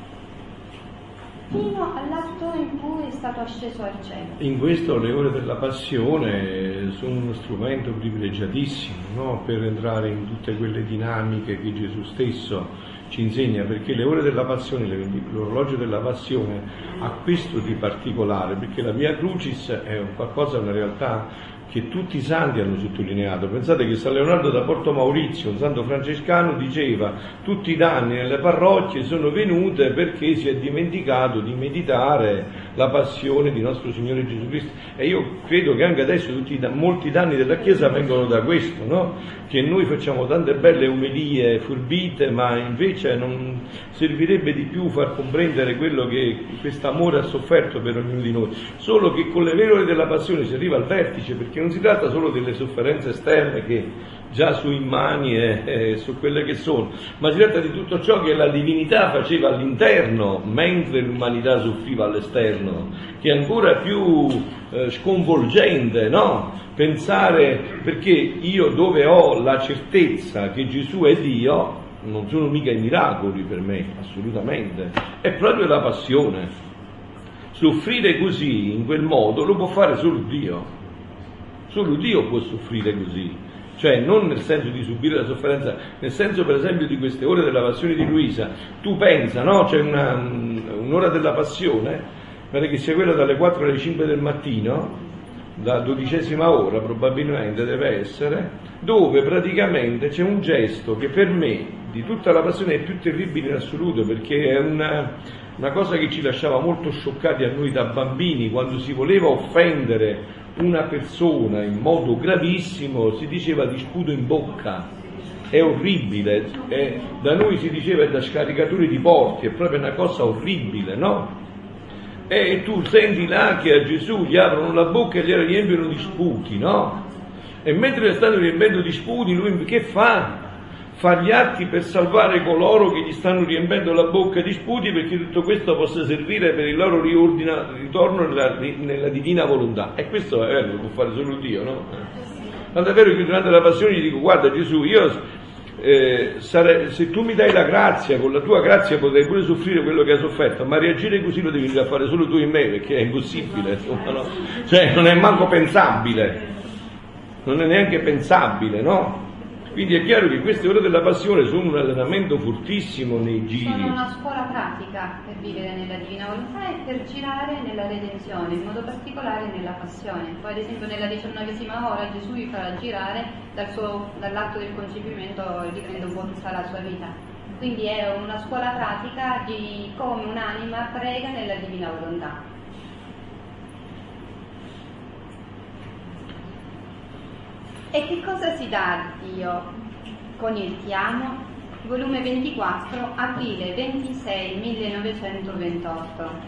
fino all'atto in cui è stato asceso al cielo. In questo le ore della passione sono uno strumento privilegiatissimo, no? Per entrare in tutte quelle dinamiche che Gesù stesso ci insegna, perché le ore della passione, l'orologio della passione ha questo di particolare, perché la Via Crucis è qualcosa, una realtà che tutti i santi hanno sottolineato. Pensate che San Leonardo da Porto Maurizio, un santo francescano, diceva: tutti i danni nelle parrocchie sono venute perché si è dimenticato di meditare la passione di nostro Signore Gesù Cristo. E io credo che anche adesso molti danni della Chiesa vengono da questo, no? Che noi facciamo tante belle omelie furbite, ma invece non servirebbe di più far comprendere quello che quest'amore ha sofferto per ognuno di noi. Solo che con le vere ore della passione si arriva al vertice, perché non si tratta solo delle sofferenze esterne che già su immani e su quelle che sono, ma si tratta di tutto ciò che la divinità faceva all'interno mentre l'umanità soffriva all'esterno, che è ancora più sconvolgente, no? Pensare, perché io dove ho la certezza che Gesù è Dio, non sono mica i miracoli per me, assolutamente, è proprio la passione. Soffrire così, in quel modo, lo può fare solo Dio. Solo Dio può soffrire così, cioè non nel senso di subire la sofferenza, nel senso per esempio di queste ore della passione di Luisa. Tu pensa, no? C'è un'ora della passione, pare che sia quella dalle 4 alle 5 del mattino, la 12ª ora probabilmente deve essere, dove praticamente c'è un gesto che per me di tutta la passione è più terribile in assoluto, perché è una cosa che ci lasciava molto scioccati a noi da bambini. Quando si voleva offendere una persona in modo gravissimo si diceva di sputo in bocca, è orribile, da noi si diceva da scaricatori di porti, è proprio una cosa orribile, no? E tu senti là che a Gesù gli aprono la bocca e gliela riempiono di sputi, no? E mentre le stanno riempiendo di sputi, lui che fa? Fa gli atti per salvare coloro che gli stanno riempendo la bocca di sputi, perché tutto questo possa servire per il loro ritorno nella divina volontà. E questo è vero, lo può fare solo Dio, no? Tanto è vero che durante la passione gli dico: guarda Gesù, io se tu mi dai la grazia, con la tua grazia potrei pure soffrire quello che hai sofferto, ma reagire così lo devi fare solo tu in me, perché è impossibile, insomma, no? Cioè non è manco pensabile, non è neanche pensabile, no? Quindi è chiaro che queste ore della passione sono un allenamento fortissimo nei giri. Sono una scuola pratica per vivere nella divina volontà e per girare nella redenzione, in modo particolare nella passione. Poi ad esempio nella 19ª ora Gesù vi farà girare dall'atto del concepimento, riprende un po' tutta la sua vita. Quindi è una scuola pratica di come un'anima prega nella divina volontà. E che cosa si dà a Dio con il Ti amo? Volume 24, aprile 26 1928.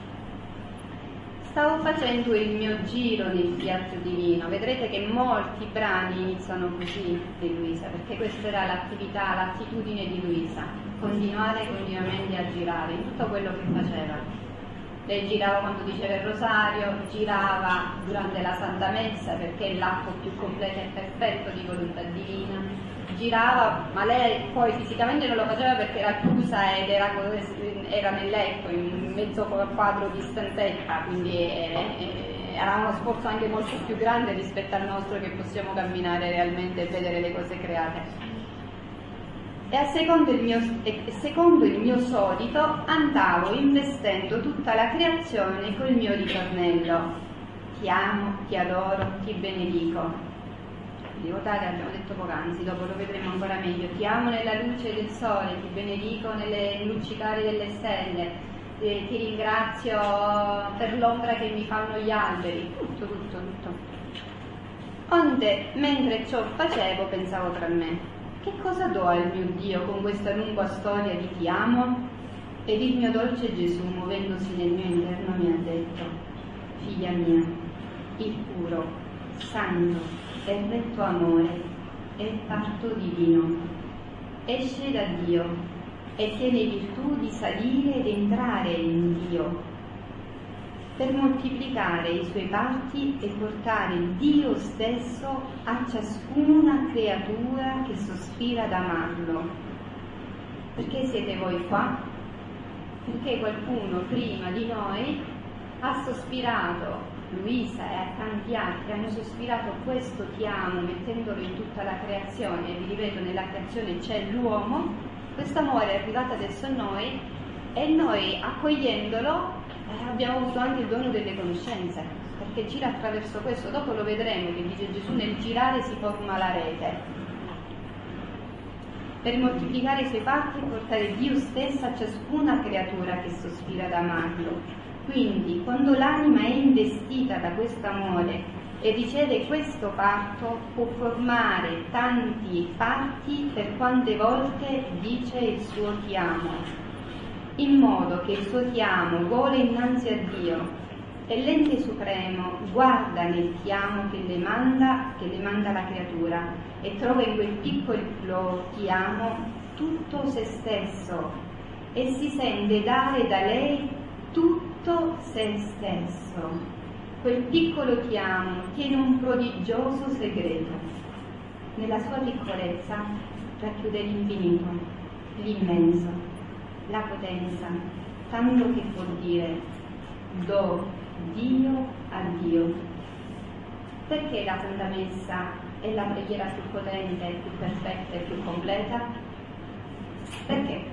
Stavo facendo il mio giro nel Fiat Divino, vedrete che molti brani iniziano così di Luisa, perché questa era l'attività, l'attitudine di Luisa, continuare continuamente a girare in tutto quello che faceva. Lei girava quando diceva il rosario, girava durante la Santa Messa perché è l'atto più completo e perfetto di volontà divina, girava, ma lei poi fisicamente non lo faceva perché era chiusa ed era nel letto, in mezzo quadro di stanzetta, quindi era uno sforzo anche molto più grande rispetto al nostro, che possiamo camminare realmente e vedere le cose create. E secondo il mio solito andavo investendo tutta la creazione col mio ritornello: ti amo, ti adoro, ti benedico. Devotare abbiamo detto poc'anzi, dopo lo vedremo ancora meglio. Ti amo nella luce del sole, ti benedico nelle luccicare delle stelle, ti ringrazio per l'ombra che mi fanno gli alberi, tutto. Onde, mentre ciò facevo, pensavo tra me: che cosa do al mio Dio con questa lunga storia di ti amo? Ed il mio dolce Gesù, muovendosi nel mio interno, mi ha detto: figlia mia, il puro, santo e retto amore è parto divino, esce da Dio e tiene virtù di salire ed entrare in Dio, per moltiplicare i suoi parti e portare Dio stesso a ciascuna creatura che sospira ad amarlo. Perché siete voi qua? Perché qualcuno prima di noi ha sospirato, Luisa e a tanti altri hanno sospirato questo ti amo, mettendolo in tutta la creazione. E vi ripeto, nella creazione c'è l'uomo, questo amore è arrivato adesso a noi e noi, accogliendolo, abbiamo avuto anche il dono delle conoscenze, perché gira attraverso questo. Dopo lo vedremo che dice Gesù: nel girare si forma la rete, per moltiplicare i suoi parti e portare Dio stesso a ciascuna creatura che sospira ad amarlo. Quindi, quando l'anima è investita da questo amore e riceve questo parto, può formare tanti parti per quante volte dice il suo ti amo, in modo che il suo ti amo vola innanzi a Dio e l'ente supremo guarda nel ti amo che le manda la creatura e trova in quel piccolo ti amo tutto se stesso e si sente dare da lei tutto se stesso. Quel piccolo ti amo tiene un prodigioso segreto. Nella sua piccolezza racchiude l'infinito, l'immenso, la potenza, tanto che può dire: do Dio a Dio. Perché la Santa Messa è la preghiera più potente, più perfetta e più completa? Perché?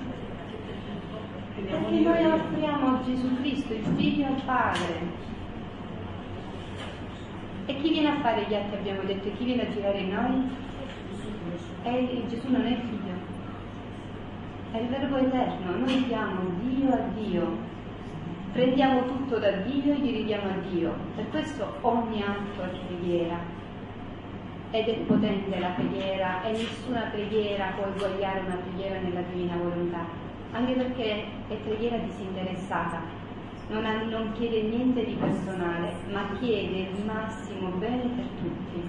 Perché noi offriamo a Gesù Cristo, il Figlio, al Padre. E chi viene a fare gli atti, abbiamo detto, e chi viene a girare in noi? Gesù non è il Figlio, è il Verbo Eterno. Noi diamo Dio a Dio, prendiamo tutto da Dio e gli ridiamo a Dio. Per questo ogni atto è preghiera, ed è potente la preghiera, e nessuna preghiera può eguagliare una preghiera nella divina volontà. Anche perché è preghiera disinteressata, non chiede niente di personale, ma chiede il massimo bene per tutti.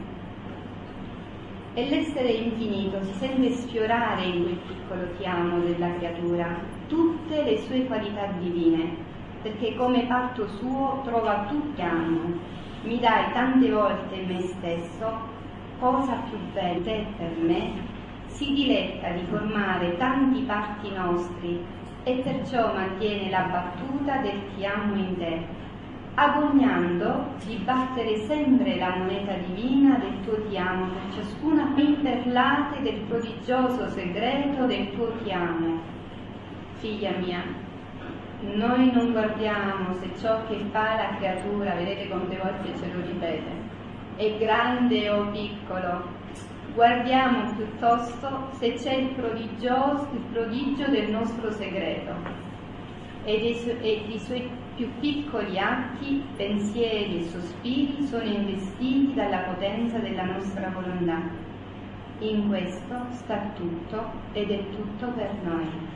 E l'essere infinito si sente sfiorare in quel piccolo ti amo della creatura tutte le sue qualità divine, perché come parto suo trova tutto amo. Mi dai tante volte me stesso, cosa più bella è per me. Si diletta di formare tanti parti nostri e perciò mantiene la battuta del ti amo in te. agognando di battere sempre la moneta divina del tuo ti amo per ciascuna perlate del prodigioso segreto del tuo ti amo. Figlia mia, noi non guardiamo se ciò che fa la creatura, vedete quante volte ce lo ripete, è grande o piccolo, guardiamo piuttosto se c'è il prodigio del nostro segreto e i suoi più piccoli atti, pensieri e sospiri sono investiti dalla potenza della nostra volontà. In questo sta tutto ed è tutto per noi.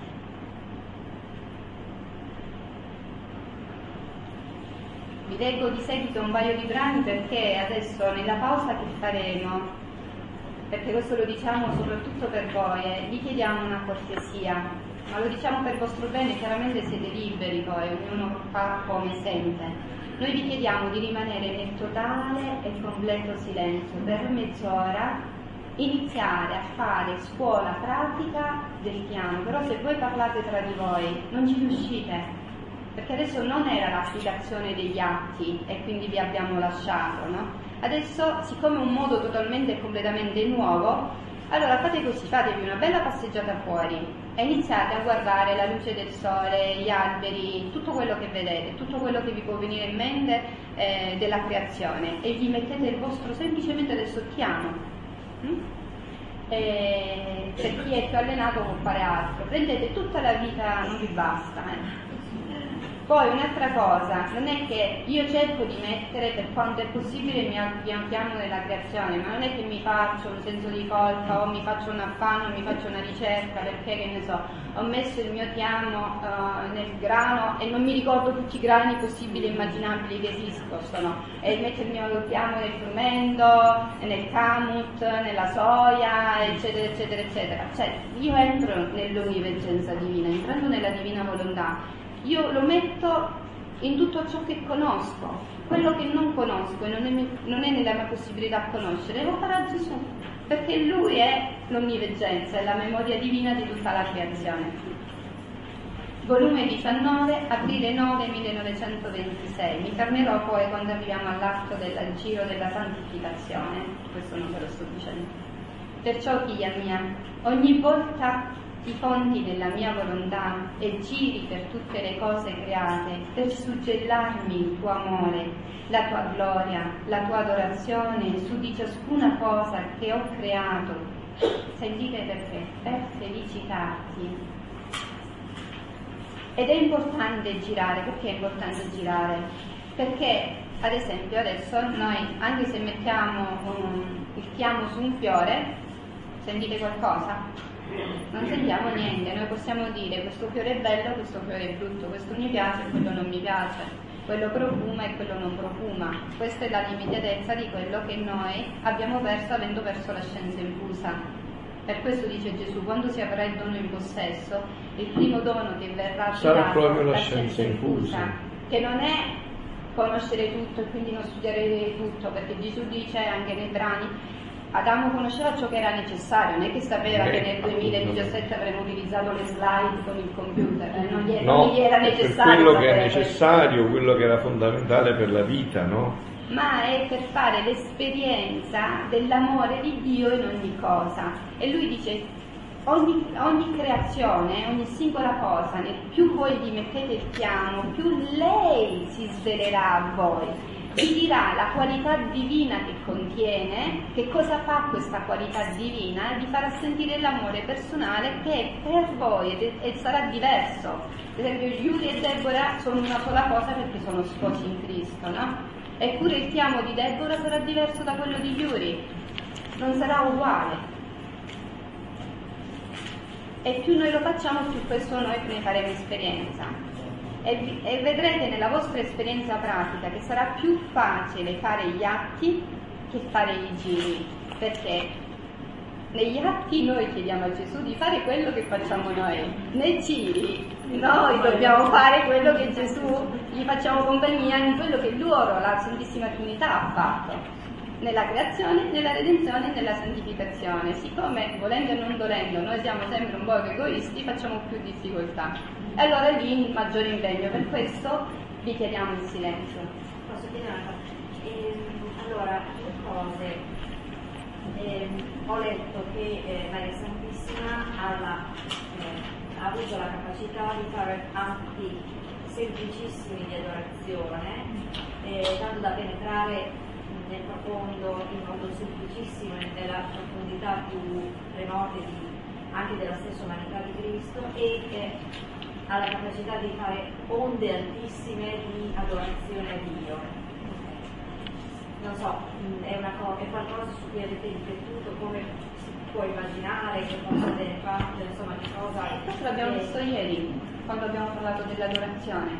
Vi leggo di seguito un paio di brani perché adesso nella pausa che faremo, perché questo lo diciamo soprattutto per voi, vi chiediamo una cortesia, ma lo diciamo per il vostro bene, chiaramente siete liberi poi, ognuno fa come sente. Noi vi chiediamo di rimanere nel totale e completo silenzio per mezz'ora, iniziare a fare scuola pratica del piano, però se voi parlate tra di voi non ci riuscite, perché adesso non era l'applicazione degli atti e quindi vi abbiamo lasciato, no? Adesso, siccome è un modo totalmente e completamente nuovo, allora fate così, fatevi una bella passeggiata fuori e iniziate a guardare la luce del sole, gli alberi, tutto quello che vedete, tutto quello che vi può venire in mente della creazione, e vi mettete il vostro semplicemente adesso ti amo. Per chi è più allenato può fare altro, prendete tutta la vita, non vi basta. Poi un'altra cosa, non è che io cerco di mettere per quanto è possibile il mio piano nella creazione, ma non è che mi faccio un senso di colpa o mi faccio un affanno, mi faccio una ricerca perché, che ne so, ho messo il mio ti amo nel grano e non mi ricordo tutti i grani possibili e immaginabili che esistono, e metto il mio ti amo nel frumento, nel kamut, nella soia, eccetera eccetera eccetera. Cioè io entro nell'onnivegenza divina, entrando nella divina volontà. Io lo metto in tutto ciò che conosco, quello che non conosco e non è nella mia possibilità conoscere, lo farà Gesù, perché Lui è l'onniveggenza, è la memoria divina di tutta la creazione. Volume 19, aprile 9 1926. Mi fermerò poi quando arriviamo all'atto del giro della santificazione, questo non ve lo sto dicendo. Perciò, figlia mia, ogni volta ti fondi nella mia volontà e giri per tutte le cose create per suggellarmi il tuo amore, la tua gloria, la tua adorazione su di ciascuna cosa che ho creato. Sentite perché? Per felicitarti. Ed è importante girare. Perché è importante girare? Perché, ad esempio, adesso noi, anche se mettiamo il chiamo su un fiore, sentite qualcosa? Non sentiamo niente, noi possiamo dire questo fiore è bello, questo fiore è brutto, questo mi piace, quello non mi piace, quello profuma e quello non profuma. Questa è la limitatezza di quello che noi abbiamo perso avendo perso la scienza infusa. Per questo dice Gesù, quando si avrà il dono in possesso, il primo dono che verrà sarà dato proprio la scienza infusa, che non è conoscere tutto e quindi non studiare tutto, perché Gesù dice anche nei brani, Adamo conosceva ciò che era necessario, non è che sapeva che nel 2017 avremmo utilizzato le slide con il computer, non gli era necessario. Quello che è necessario, quello che era fondamentale per la vita, no? Ma è per fare l'esperienza dell'amore di Dio in ogni cosa. E lui dice, ogni creazione, ogni singola cosa, più voi gli mettete il piano, più lei si svelerà a voi. Vi dirà la qualità divina che contiene, che cosa fa questa qualità divina, e vi farà sentire l'amore personale che è per voi e sarà diverso. Per esempio Yuri e Deborah sono una sola cosa perché sono sposi in Cristo, no? Eppure il ti amo di Deborah sarà diverso da quello di Yuri, non sarà uguale. E più noi lo facciamo, più questo noi ne faremo esperienza. E vedrete nella vostra esperienza pratica che sarà più facile fare gli atti che fare i giri, perché negli atti noi chiediamo a Gesù di fare quello che facciamo noi, nei giri noi dobbiamo fare quello che Gesù, gli facciamo compagnia in quello che loro, la Santissima Trinità, ha fatto nella creazione, nella redenzione e nella santificazione. Siccome volendo e non volendo noi siamo sempre un po' egoisti, facciamo più difficoltà. E allora lì maggiore impegno, per questo vi chiediamo il silenzio. Posso chiedere una cosa? Allora, due cose. Ho letto che Maria Santissima ha avuto la capacità di fare atti semplicissimi di adorazione, tanto da penetrare nel profondo, in modo semplicissimo e nella profondità più remote anche della stessa umanità di Cristo, e ha la capacità di fare onde altissime di adorazione a Dio. Non so, è qualcosa su cui avete riflettuto, come si può immaginare, che cosa viene fatto, insomma, che cosa... Questo l'abbiamo visto ieri, quando abbiamo parlato dell'adorazione.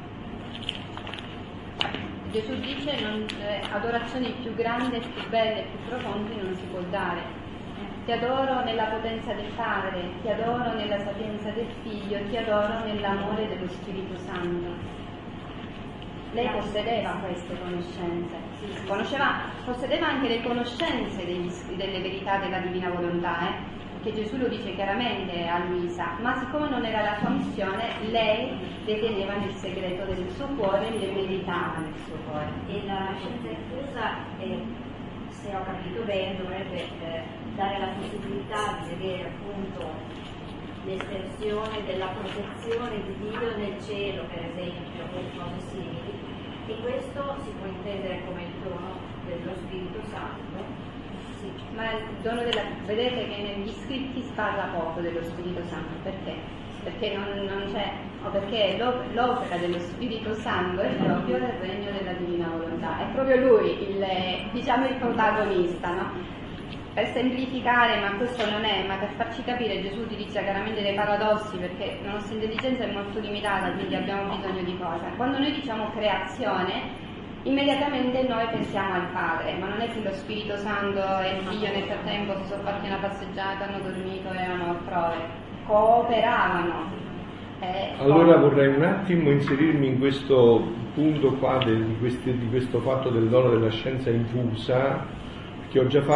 Gesù dice adorazioni più grandi, più belle, più profonde non si può dare. Ti adoro nella potenza del Padre, ti adoro nella sapienza del Figlio, ti adoro nell'amore dello Spirito Santo. Lei possedeva queste conoscenze, possedeva anche le conoscenze delle verità della divina volontà, che Gesù lo dice chiaramente a Luisa, ma siccome non era la sua missione, lei deteneva nel segreto del suo cuore le verità nel suo cuore. E la scienza infusa, se ho capito bene, dovrebbe dare la possibilità di vedere appunto l'estensione della protezione di Dio nel cielo, per esempio, o cose simili, e questo si può intendere come il dono dello Spirito Santo. Sì, ma il dono vedete che negli scritti si parla poco dello Spirito Santo, perché? Perché non c'è, o perché l'opera dello Spirito Santo è proprio il regno della divina volontà, è proprio lui il protagonista, no? Per semplificare, ma questo non è, ma per farci capire, Gesù utilizza chiaramente dei paradossi, perché la nostra intelligenza è molto limitata, quindi abbiamo bisogno di cose. Quando noi diciamo creazione, immediatamente noi pensiamo al Padre, ma non è che lo Spirito Santo e il Figlio nel frattempo si sono fatti una passeggiata, hanno dormito e erano altrove, cooperavano. Allora vorrei un attimo inserirmi in questo punto qua di questo fatto del dono della scienza infusa, che ho già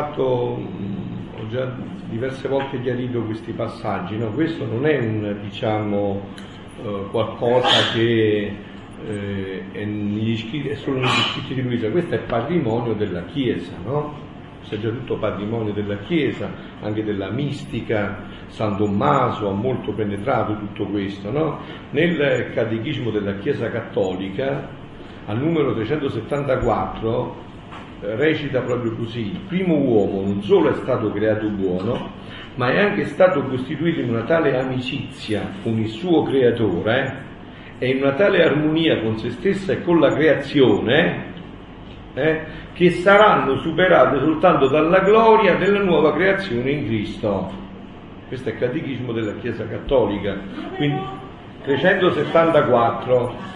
diverse volte chiarito questi passaggi, no? Questo non è qualcosa che è solo negli scritti di Luisa, questo è patrimonio della Chiesa, no? Questo è già tutto patrimonio della Chiesa, anche della mistica. San Tommaso ha molto penetrato tutto questo, no? Nel Catechismo della Chiesa Cattolica, al numero 374, recita proprio così: il primo uomo non solo è stato creato buono, ma è anche stato costituito in una tale amicizia con il suo creatore e in una tale armonia con se stessa e con la creazione che saranno superate soltanto dalla gloria della nuova creazione in Cristo. Questo è il Catechismo della Chiesa Cattolica, quindi 374.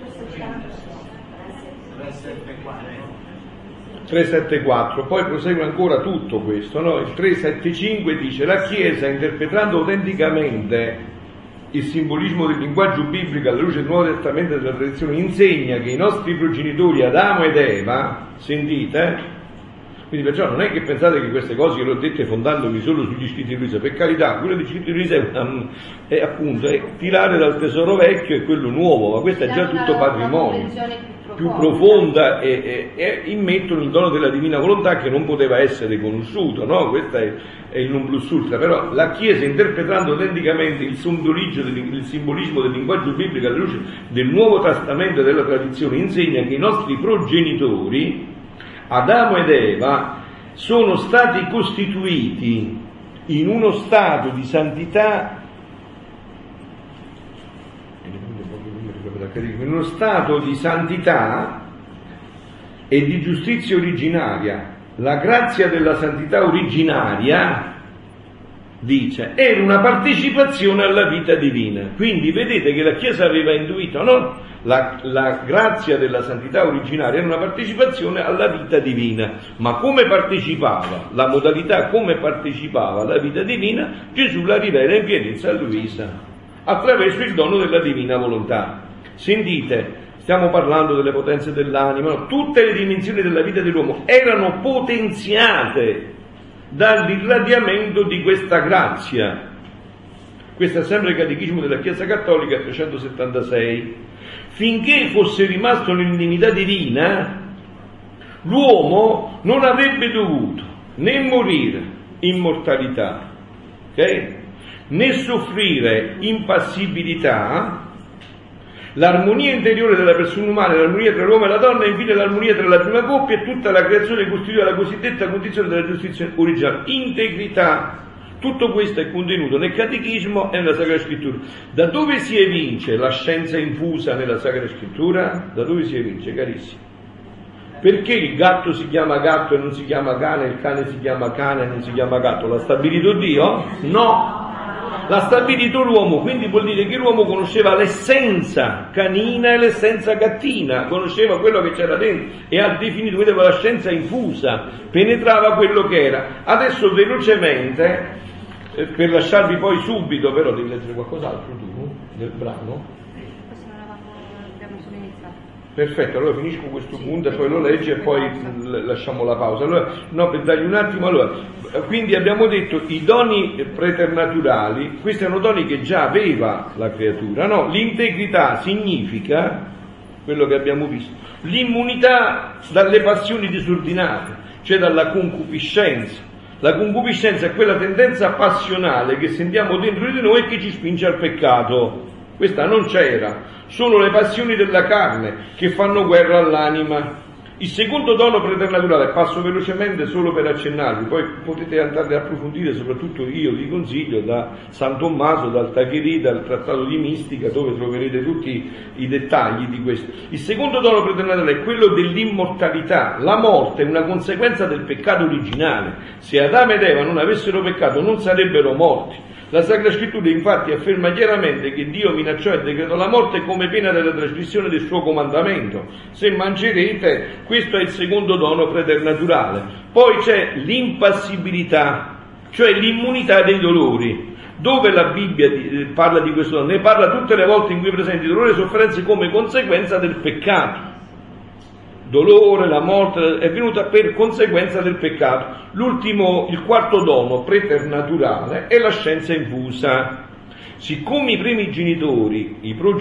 374, poi prosegue ancora tutto questo, no? Il 375 dice: la Chiesa, interpretando autenticamente il simbolismo del linguaggio biblico alla luce del Nuovo Testamento e della tradizione, insegna che i nostri progenitori Adamo ed Eva, sentite? Quindi perciò non è che pensate che queste cose che le ho dette fondandomi solo sugli scritti di Luisa, per carità, quello degli scritti di Luisa è appunto tirare dal tesoro vecchio e quello nuovo, ma questo è già tutto patrimonio. Più profonda e immettono il dono della divina volontà che non poteva essere conosciuto, no? Questo è il non plus ultra. Però la Chiesa, interpretando autenticamente il simbolismo del linguaggio biblico alla luce del Nuovo Testamento e della tradizione, insegna che i nostri progenitori Adamo ed Eva sono stati costituiti in uno stato di santità, e di giustizia originaria. La grazia della santità originaria, dice, era una partecipazione alla vita divina. Quindi vedete che la Chiesa aveva intuito, no? La grazia della santità originaria era una partecipazione alla vita divina. Ma come partecipava? La modalità come partecipava alla vita divina, Gesù la rivela in pienezza a Luisa, attraverso il dono della divina volontà. Sentite, stiamo parlando delle potenze dell'anima, no? Tutte le dimensioni della vita dell'uomo erano potenziate dall'irradiamento di questa grazia. Questo è sempre il Catechismo della Chiesa Cattolica 376. Finché fosse rimasto nell'intimità divina, l'uomo non avrebbe dovuto né morire immortalità, okay? Né soffrire impassibilità. L'armonia interiore della persona umana, l'armonia tra l'uomo e la donna, e infine l'armonia tra la prima coppia e tutta la creazione costituita dalla cosiddetta condizione della giustizia originale. Integrità. Tutto questo è contenuto nel Catechismo e nella Sacra Scrittura. Da dove si evince la scienza infusa nella Sacra Scrittura? Da dove si evince, carissimi? Perché il gatto si chiama gatto e non si chiama cane, il cane si chiama cane e non si chiama gatto? L'ha stabilito Dio? No! L'ha stabilito l'uomo, quindi vuol dire che l'uomo conosceva l'essenza canina e l'essenza gattina, conosceva quello che c'era dentro e ha definito, vedeva la scienza infusa, penetrava quello che era. Adesso velocemente, per lasciarvi poi subito, però devi leggere qualcos'altro tu del brano? Abbiamo solo iniziato. Perfetto, allora finisco questo punto e poi lo leggi e poi lasciamo la pausa. Allora, no, per dargli un attimo, quindi abbiamo detto i doni preternaturali, questi erano doni che già aveva la creatura, no? L'integrità significa, quello che abbiamo visto, l'immunità dalle passioni disordinate, cioè dalla concupiscenza. La concupiscenza è quella tendenza passionale che sentiamo dentro di noi e che ci spinge al peccato. Questa non c'era, sono le passioni della carne che fanno guerra all'anima. Il secondo dono preternaturale, passo velocemente solo per accennarvi, poi potete andare a approfondire, soprattutto io vi consiglio da San Tommaso, dal Tacheri, dal Trattato di Mistica, dove troverete tutti i dettagli di questo. Il secondo dono preternaturale è quello dell'immortalità. La morte è una conseguenza del peccato originale. Se Adamo ed Eva non avessero peccato non sarebbero morti. La Sacra Scrittura infatti afferma chiaramente che Dio minacciò e decretò la morte come pena della trasgressione del suo comandamento. Se mangerete, questo è il secondo dono preternaturale. Poi c'è l'impassibilità, cioè l'immunità dei dolori. Dove la Bibbia parla di questo dono? Ne parla tutte le volte in cui presenti dolore e sofferenze come conseguenza del peccato. Dolore, la morte è venuta per conseguenza del peccato. Il quarto dono preternaturale è la scienza infusa. Siccome i progenitori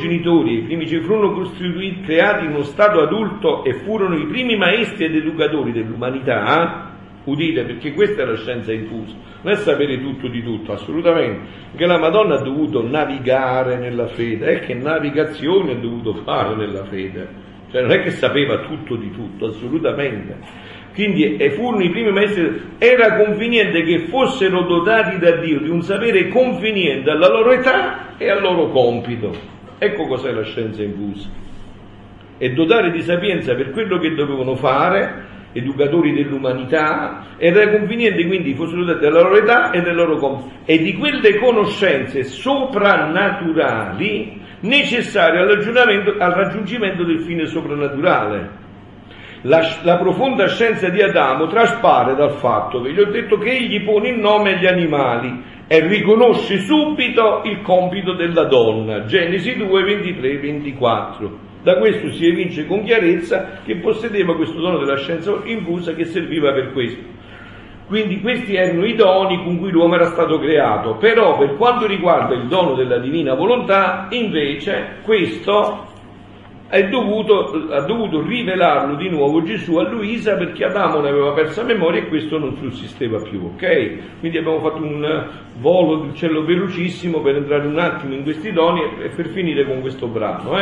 furono costituiti, creati in uno stato adulto e furono i primi maestri ed educatori dell'umanità, udite, perché questa è la scienza infusa, non è sapere tutto di tutto, assolutamente, perché la Madonna ha dovuto navigare nella fede, che navigazione ha dovuto fare nella fede. Cioè non è che sapeva tutto di tutto, assolutamente. Quindi furono i primi maestri, era conveniente che fossero dotati da Dio di un sapere conveniente alla loro età e al loro compito. Ecco cos'è la scienza infusa. E dotare di sapienza per quello che dovevano fare, educatori dell'umanità, ed era conveniente quindi fossero dotati della loro età e del loro compito. E di quelle conoscenze soprannaturali necessarie al raggiungimento del fine soprannaturale. La profonda scienza di Adamo traspare dal fatto che gli ho detto che egli pone il nome agli animali e riconosce subito il compito della donna. Genesi 2, 23, 24. Da questo si evince con chiarezza che possedeva questo dono della scienza infusa che serviva per questo. Quindi questi erano i doni con cui l'uomo era stato creato, però per quanto riguarda il dono della divina volontà, invece, questo ha dovuto rivelarlo di nuovo Gesù a Luisa, perché Adamo ne aveva persa memoria e questo non sussisteva più, ok? Quindi abbiamo fatto un volo d'uccello velocissimo per entrare un attimo in questi doni e per finire con questo brano,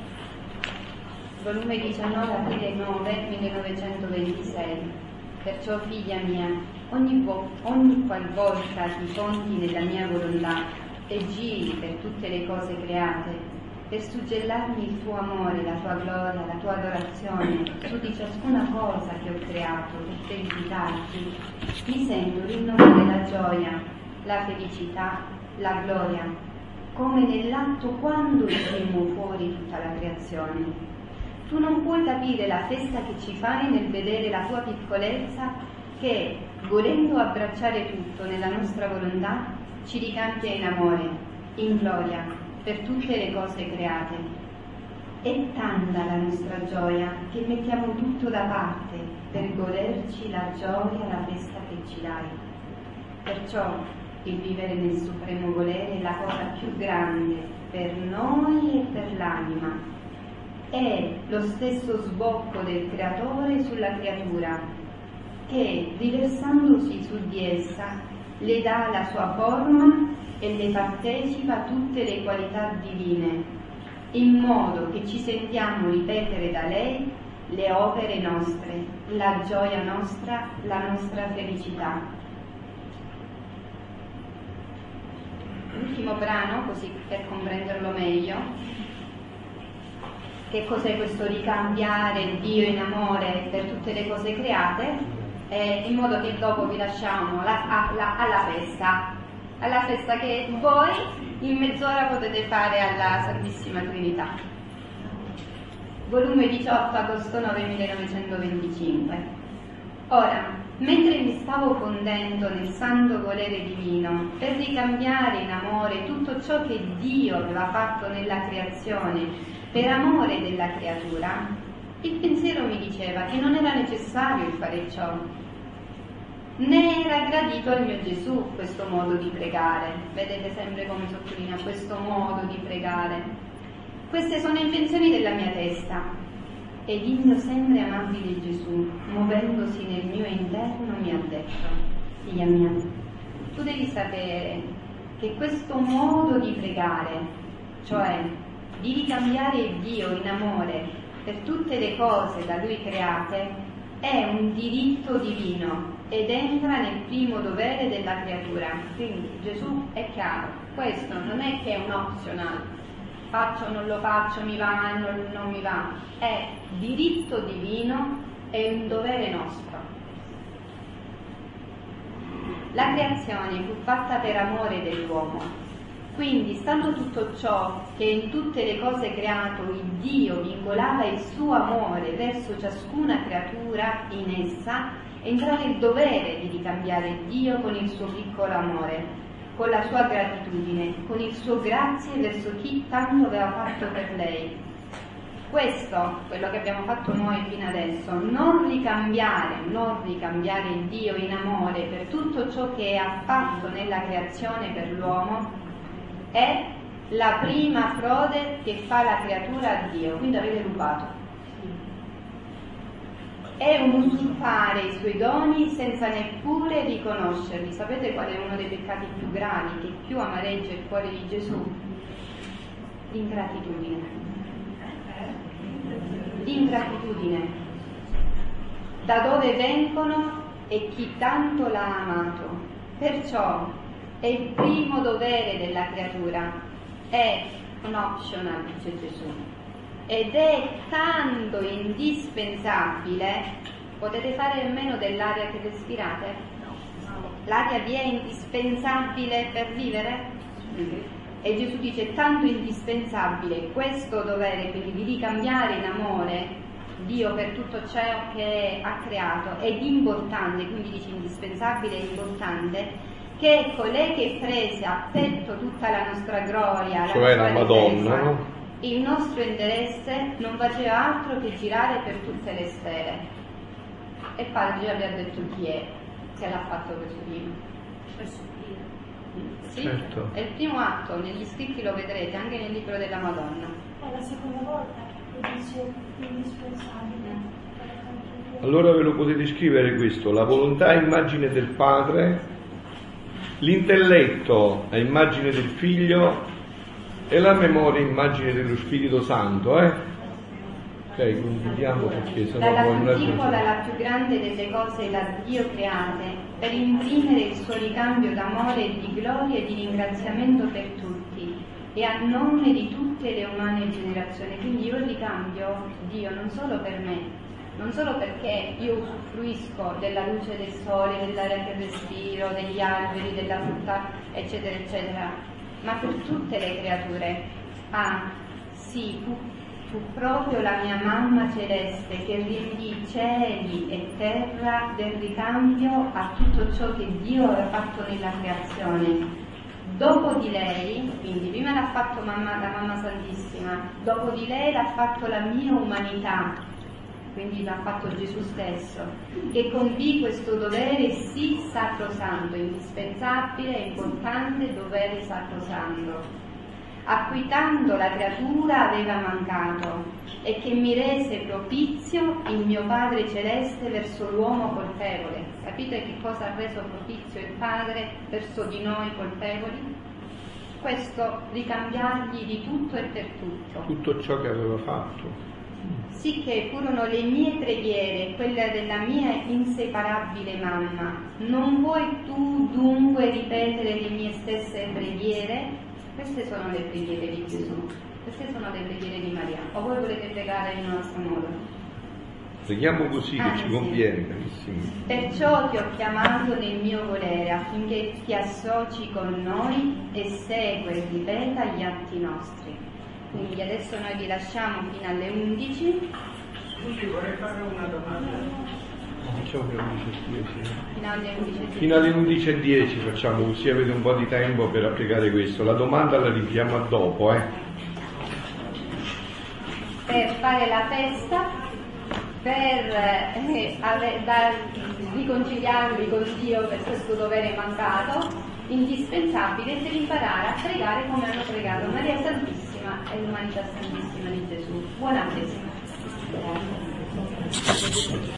Volume 19, aprile 9, 1926. Perciò, figlia mia, ogni qualvolta ti fondi nella mia volontà e giri per tutte le cose create, per suggellarmi il tuo amore, la tua gloria, la tua adorazione su di ciascuna cosa che ho creato per felicitarti, mi sento rinnovare la gioia, la felicità, la gloria, come nell'atto quando tiriamo fuori tutta la creazione. Tu non puoi capire la festa che ci fai nel vedere la tua piccolezza che, volendo abbracciare tutto nella nostra volontà, ci ricambia in amore, in gloria, per tutte le cose create. È tanta la nostra gioia che mettiamo tutto da parte per goderci la gioia, la festa che ci dai. Perciò, il vivere nel supremo volere è la cosa più grande per noi e per l'anima. È lo stesso sbocco del creatore sulla creatura che, riversandosi su di essa, le dà la sua forma e le partecipa tutte le qualità divine, in modo che ci sentiamo ripetere da lei le opere nostre, la gioia nostra, la nostra felicità. L'ultimo brano, così per comprenderlo meglio, che cos'è questo ricambiare Dio in amore per tutte le cose create, in modo che dopo vi lasciamo alla festa che voi in mezz'ora potete fare alla Santissima Trinità. Volume 18, agosto 9 1925. Ora, mentre mi stavo fondendo nel santo volere divino per ricambiare in amore tutto ciò che Dio aveva fatto nella creazione per amore della creatura, il pensiero mi diceva che non era necessario il fare ciò, né era gradito al mio Gesù questo modo di pregare. Vedete sempre come sottolinea questo modo di pregare. Queste sono intenzioni della mia testa ed il mio sempre amabile Gesù, muovendosi nel mio interno, mi ha detto: figlia mia, tu devi sapere che questo modo di pregare, cioè di ricambiare Dio in amore per tutte le cose da Lui create, è un diritto divino ed entra nel primo dovere della creatura. Quindi Gesù è chiaro, questo non è che è un optional, faccio o non lo faccio, mi va o non mi va, è diritto divino, è un dovere nostro. La creazione fu fatta per amore dell'uomo, quindi stando tutto ciò che in tutte le cose creato il Dio vincolava il suo amore verso ciascuna creatura in essa, entrava il dovere di ricambiare Dio con il suo piccolo amore, con la sua gratitudine, con il suo grazie verso chi tanto aveva fatto per lei. Questo, quello che abbiamo fatto noi fino adesso, non ricambiare Dio in amore per tutto ciò che ha fatto nella creazione per l'uomo, è la prima frode che fa la creatura a Dio, quindi avete rubato. È un usurpare i suoi doni senza neppure riconoscerli. Sapete qual è uno dei peccati più gravi che più amareggia il cuore di Gesù? L'ingratitudine. L'ingratitudine. Da dove vengono e chi tanto l'ha amato. Perciò è il primo dovere della creatura, è un optional, dice Gesù. Ed è tanto indispensabile. Potete fare a meno dell'aria che respirate? L'aria vi è indispensabile per vivere? E Gesù dice: tanto indispensabile questo dovere, quindi di ricambiare in amore Dio per tutto ciò che ha creato, ed importante, quindi dice indispensabile e importante, che è colei che prese a petto tutta la nostra gloria, cioè la Madonna, difesa, no? Il nostro interesse non faceva altro che girare per tutte le stelle. E il Padre già vi ha detto chi è che l'ha fatto questo primo. Sì, certo. È il primo atto, negli scritti lo vedrete, anche nel libro della Madonna. È la seconda volta che dice indispensabile. Allora ve lo potete scrivere questo: la volontà è immagine del Padre, l'intelletto è immagine del Figlio e la memoria è immagine dello Spirito Santo, Ok, condividiamo perché sennò Dalla poi più non è piccola alla più grande delle cose da Dio create, per imprimere il suo ricambio d'amore e di gloria e di ringraziamento per tutti e a nome di tutte le umane generazioni. Quindi io ricambio Dio non solo per me, non solo perché io usufruisco della luce del sole, dell'aria che respiro, degli alberi, della frutta, eccetera, eccetera, ma per tutte le creature. Sì, fu proprio la mia mamma celeste che riempì cieli e terra del ricambio a tutto ciò che Dio aveva fatto nella creazione. Dopo di lei, quindi prima l'ha fatto la mamma Santissima, dopo di lei l'ha fatto la mia umanità, quindi l'ha fatto Gesù stesso, che compì questo dovere sì sacrosanto, indispensabile e importante dovere sacrosanto, a cui tanto la creatura aveva mancato e che mi rese propizio il mio Padre Celeste verso l'uomo colpevole. Capite che cosa ha reso propizio il Padre verso di noi colpevoli? Questo, ricambiargli di tutto e per tutto. Tutto ciò che aveva fatto. Sicché furono le mie preghiere, quelle della mia inseparabile mamma. Non vuoi tu dunque ripetere le mie stesse preghiere? Queste sono le preghiere di Gesù, queste sono le preghiere di Maria. O voi volete pregare in un altro modo? Preghiamo così che ci conviene, carissimi. Perciò ti ho chiamato nel mio volere affinché ti associ con noi e segua e ripeta gli atti nostri. Quindi adesso noi vi lasciamo fino alle 11. Scusi, vorrei fare una domanda. Fino alle 11:10 facciamo, così avete un po' di tempo per applicare questo. La domanda la rinviamo a dopo, Per fare la festa, per riconciliarvi con Dio per questo dovere mancato, indispensabile per imparare a pregare come hanno pregato Maria Santissima e l'Umanità Santissima di Gesù. Buona festa.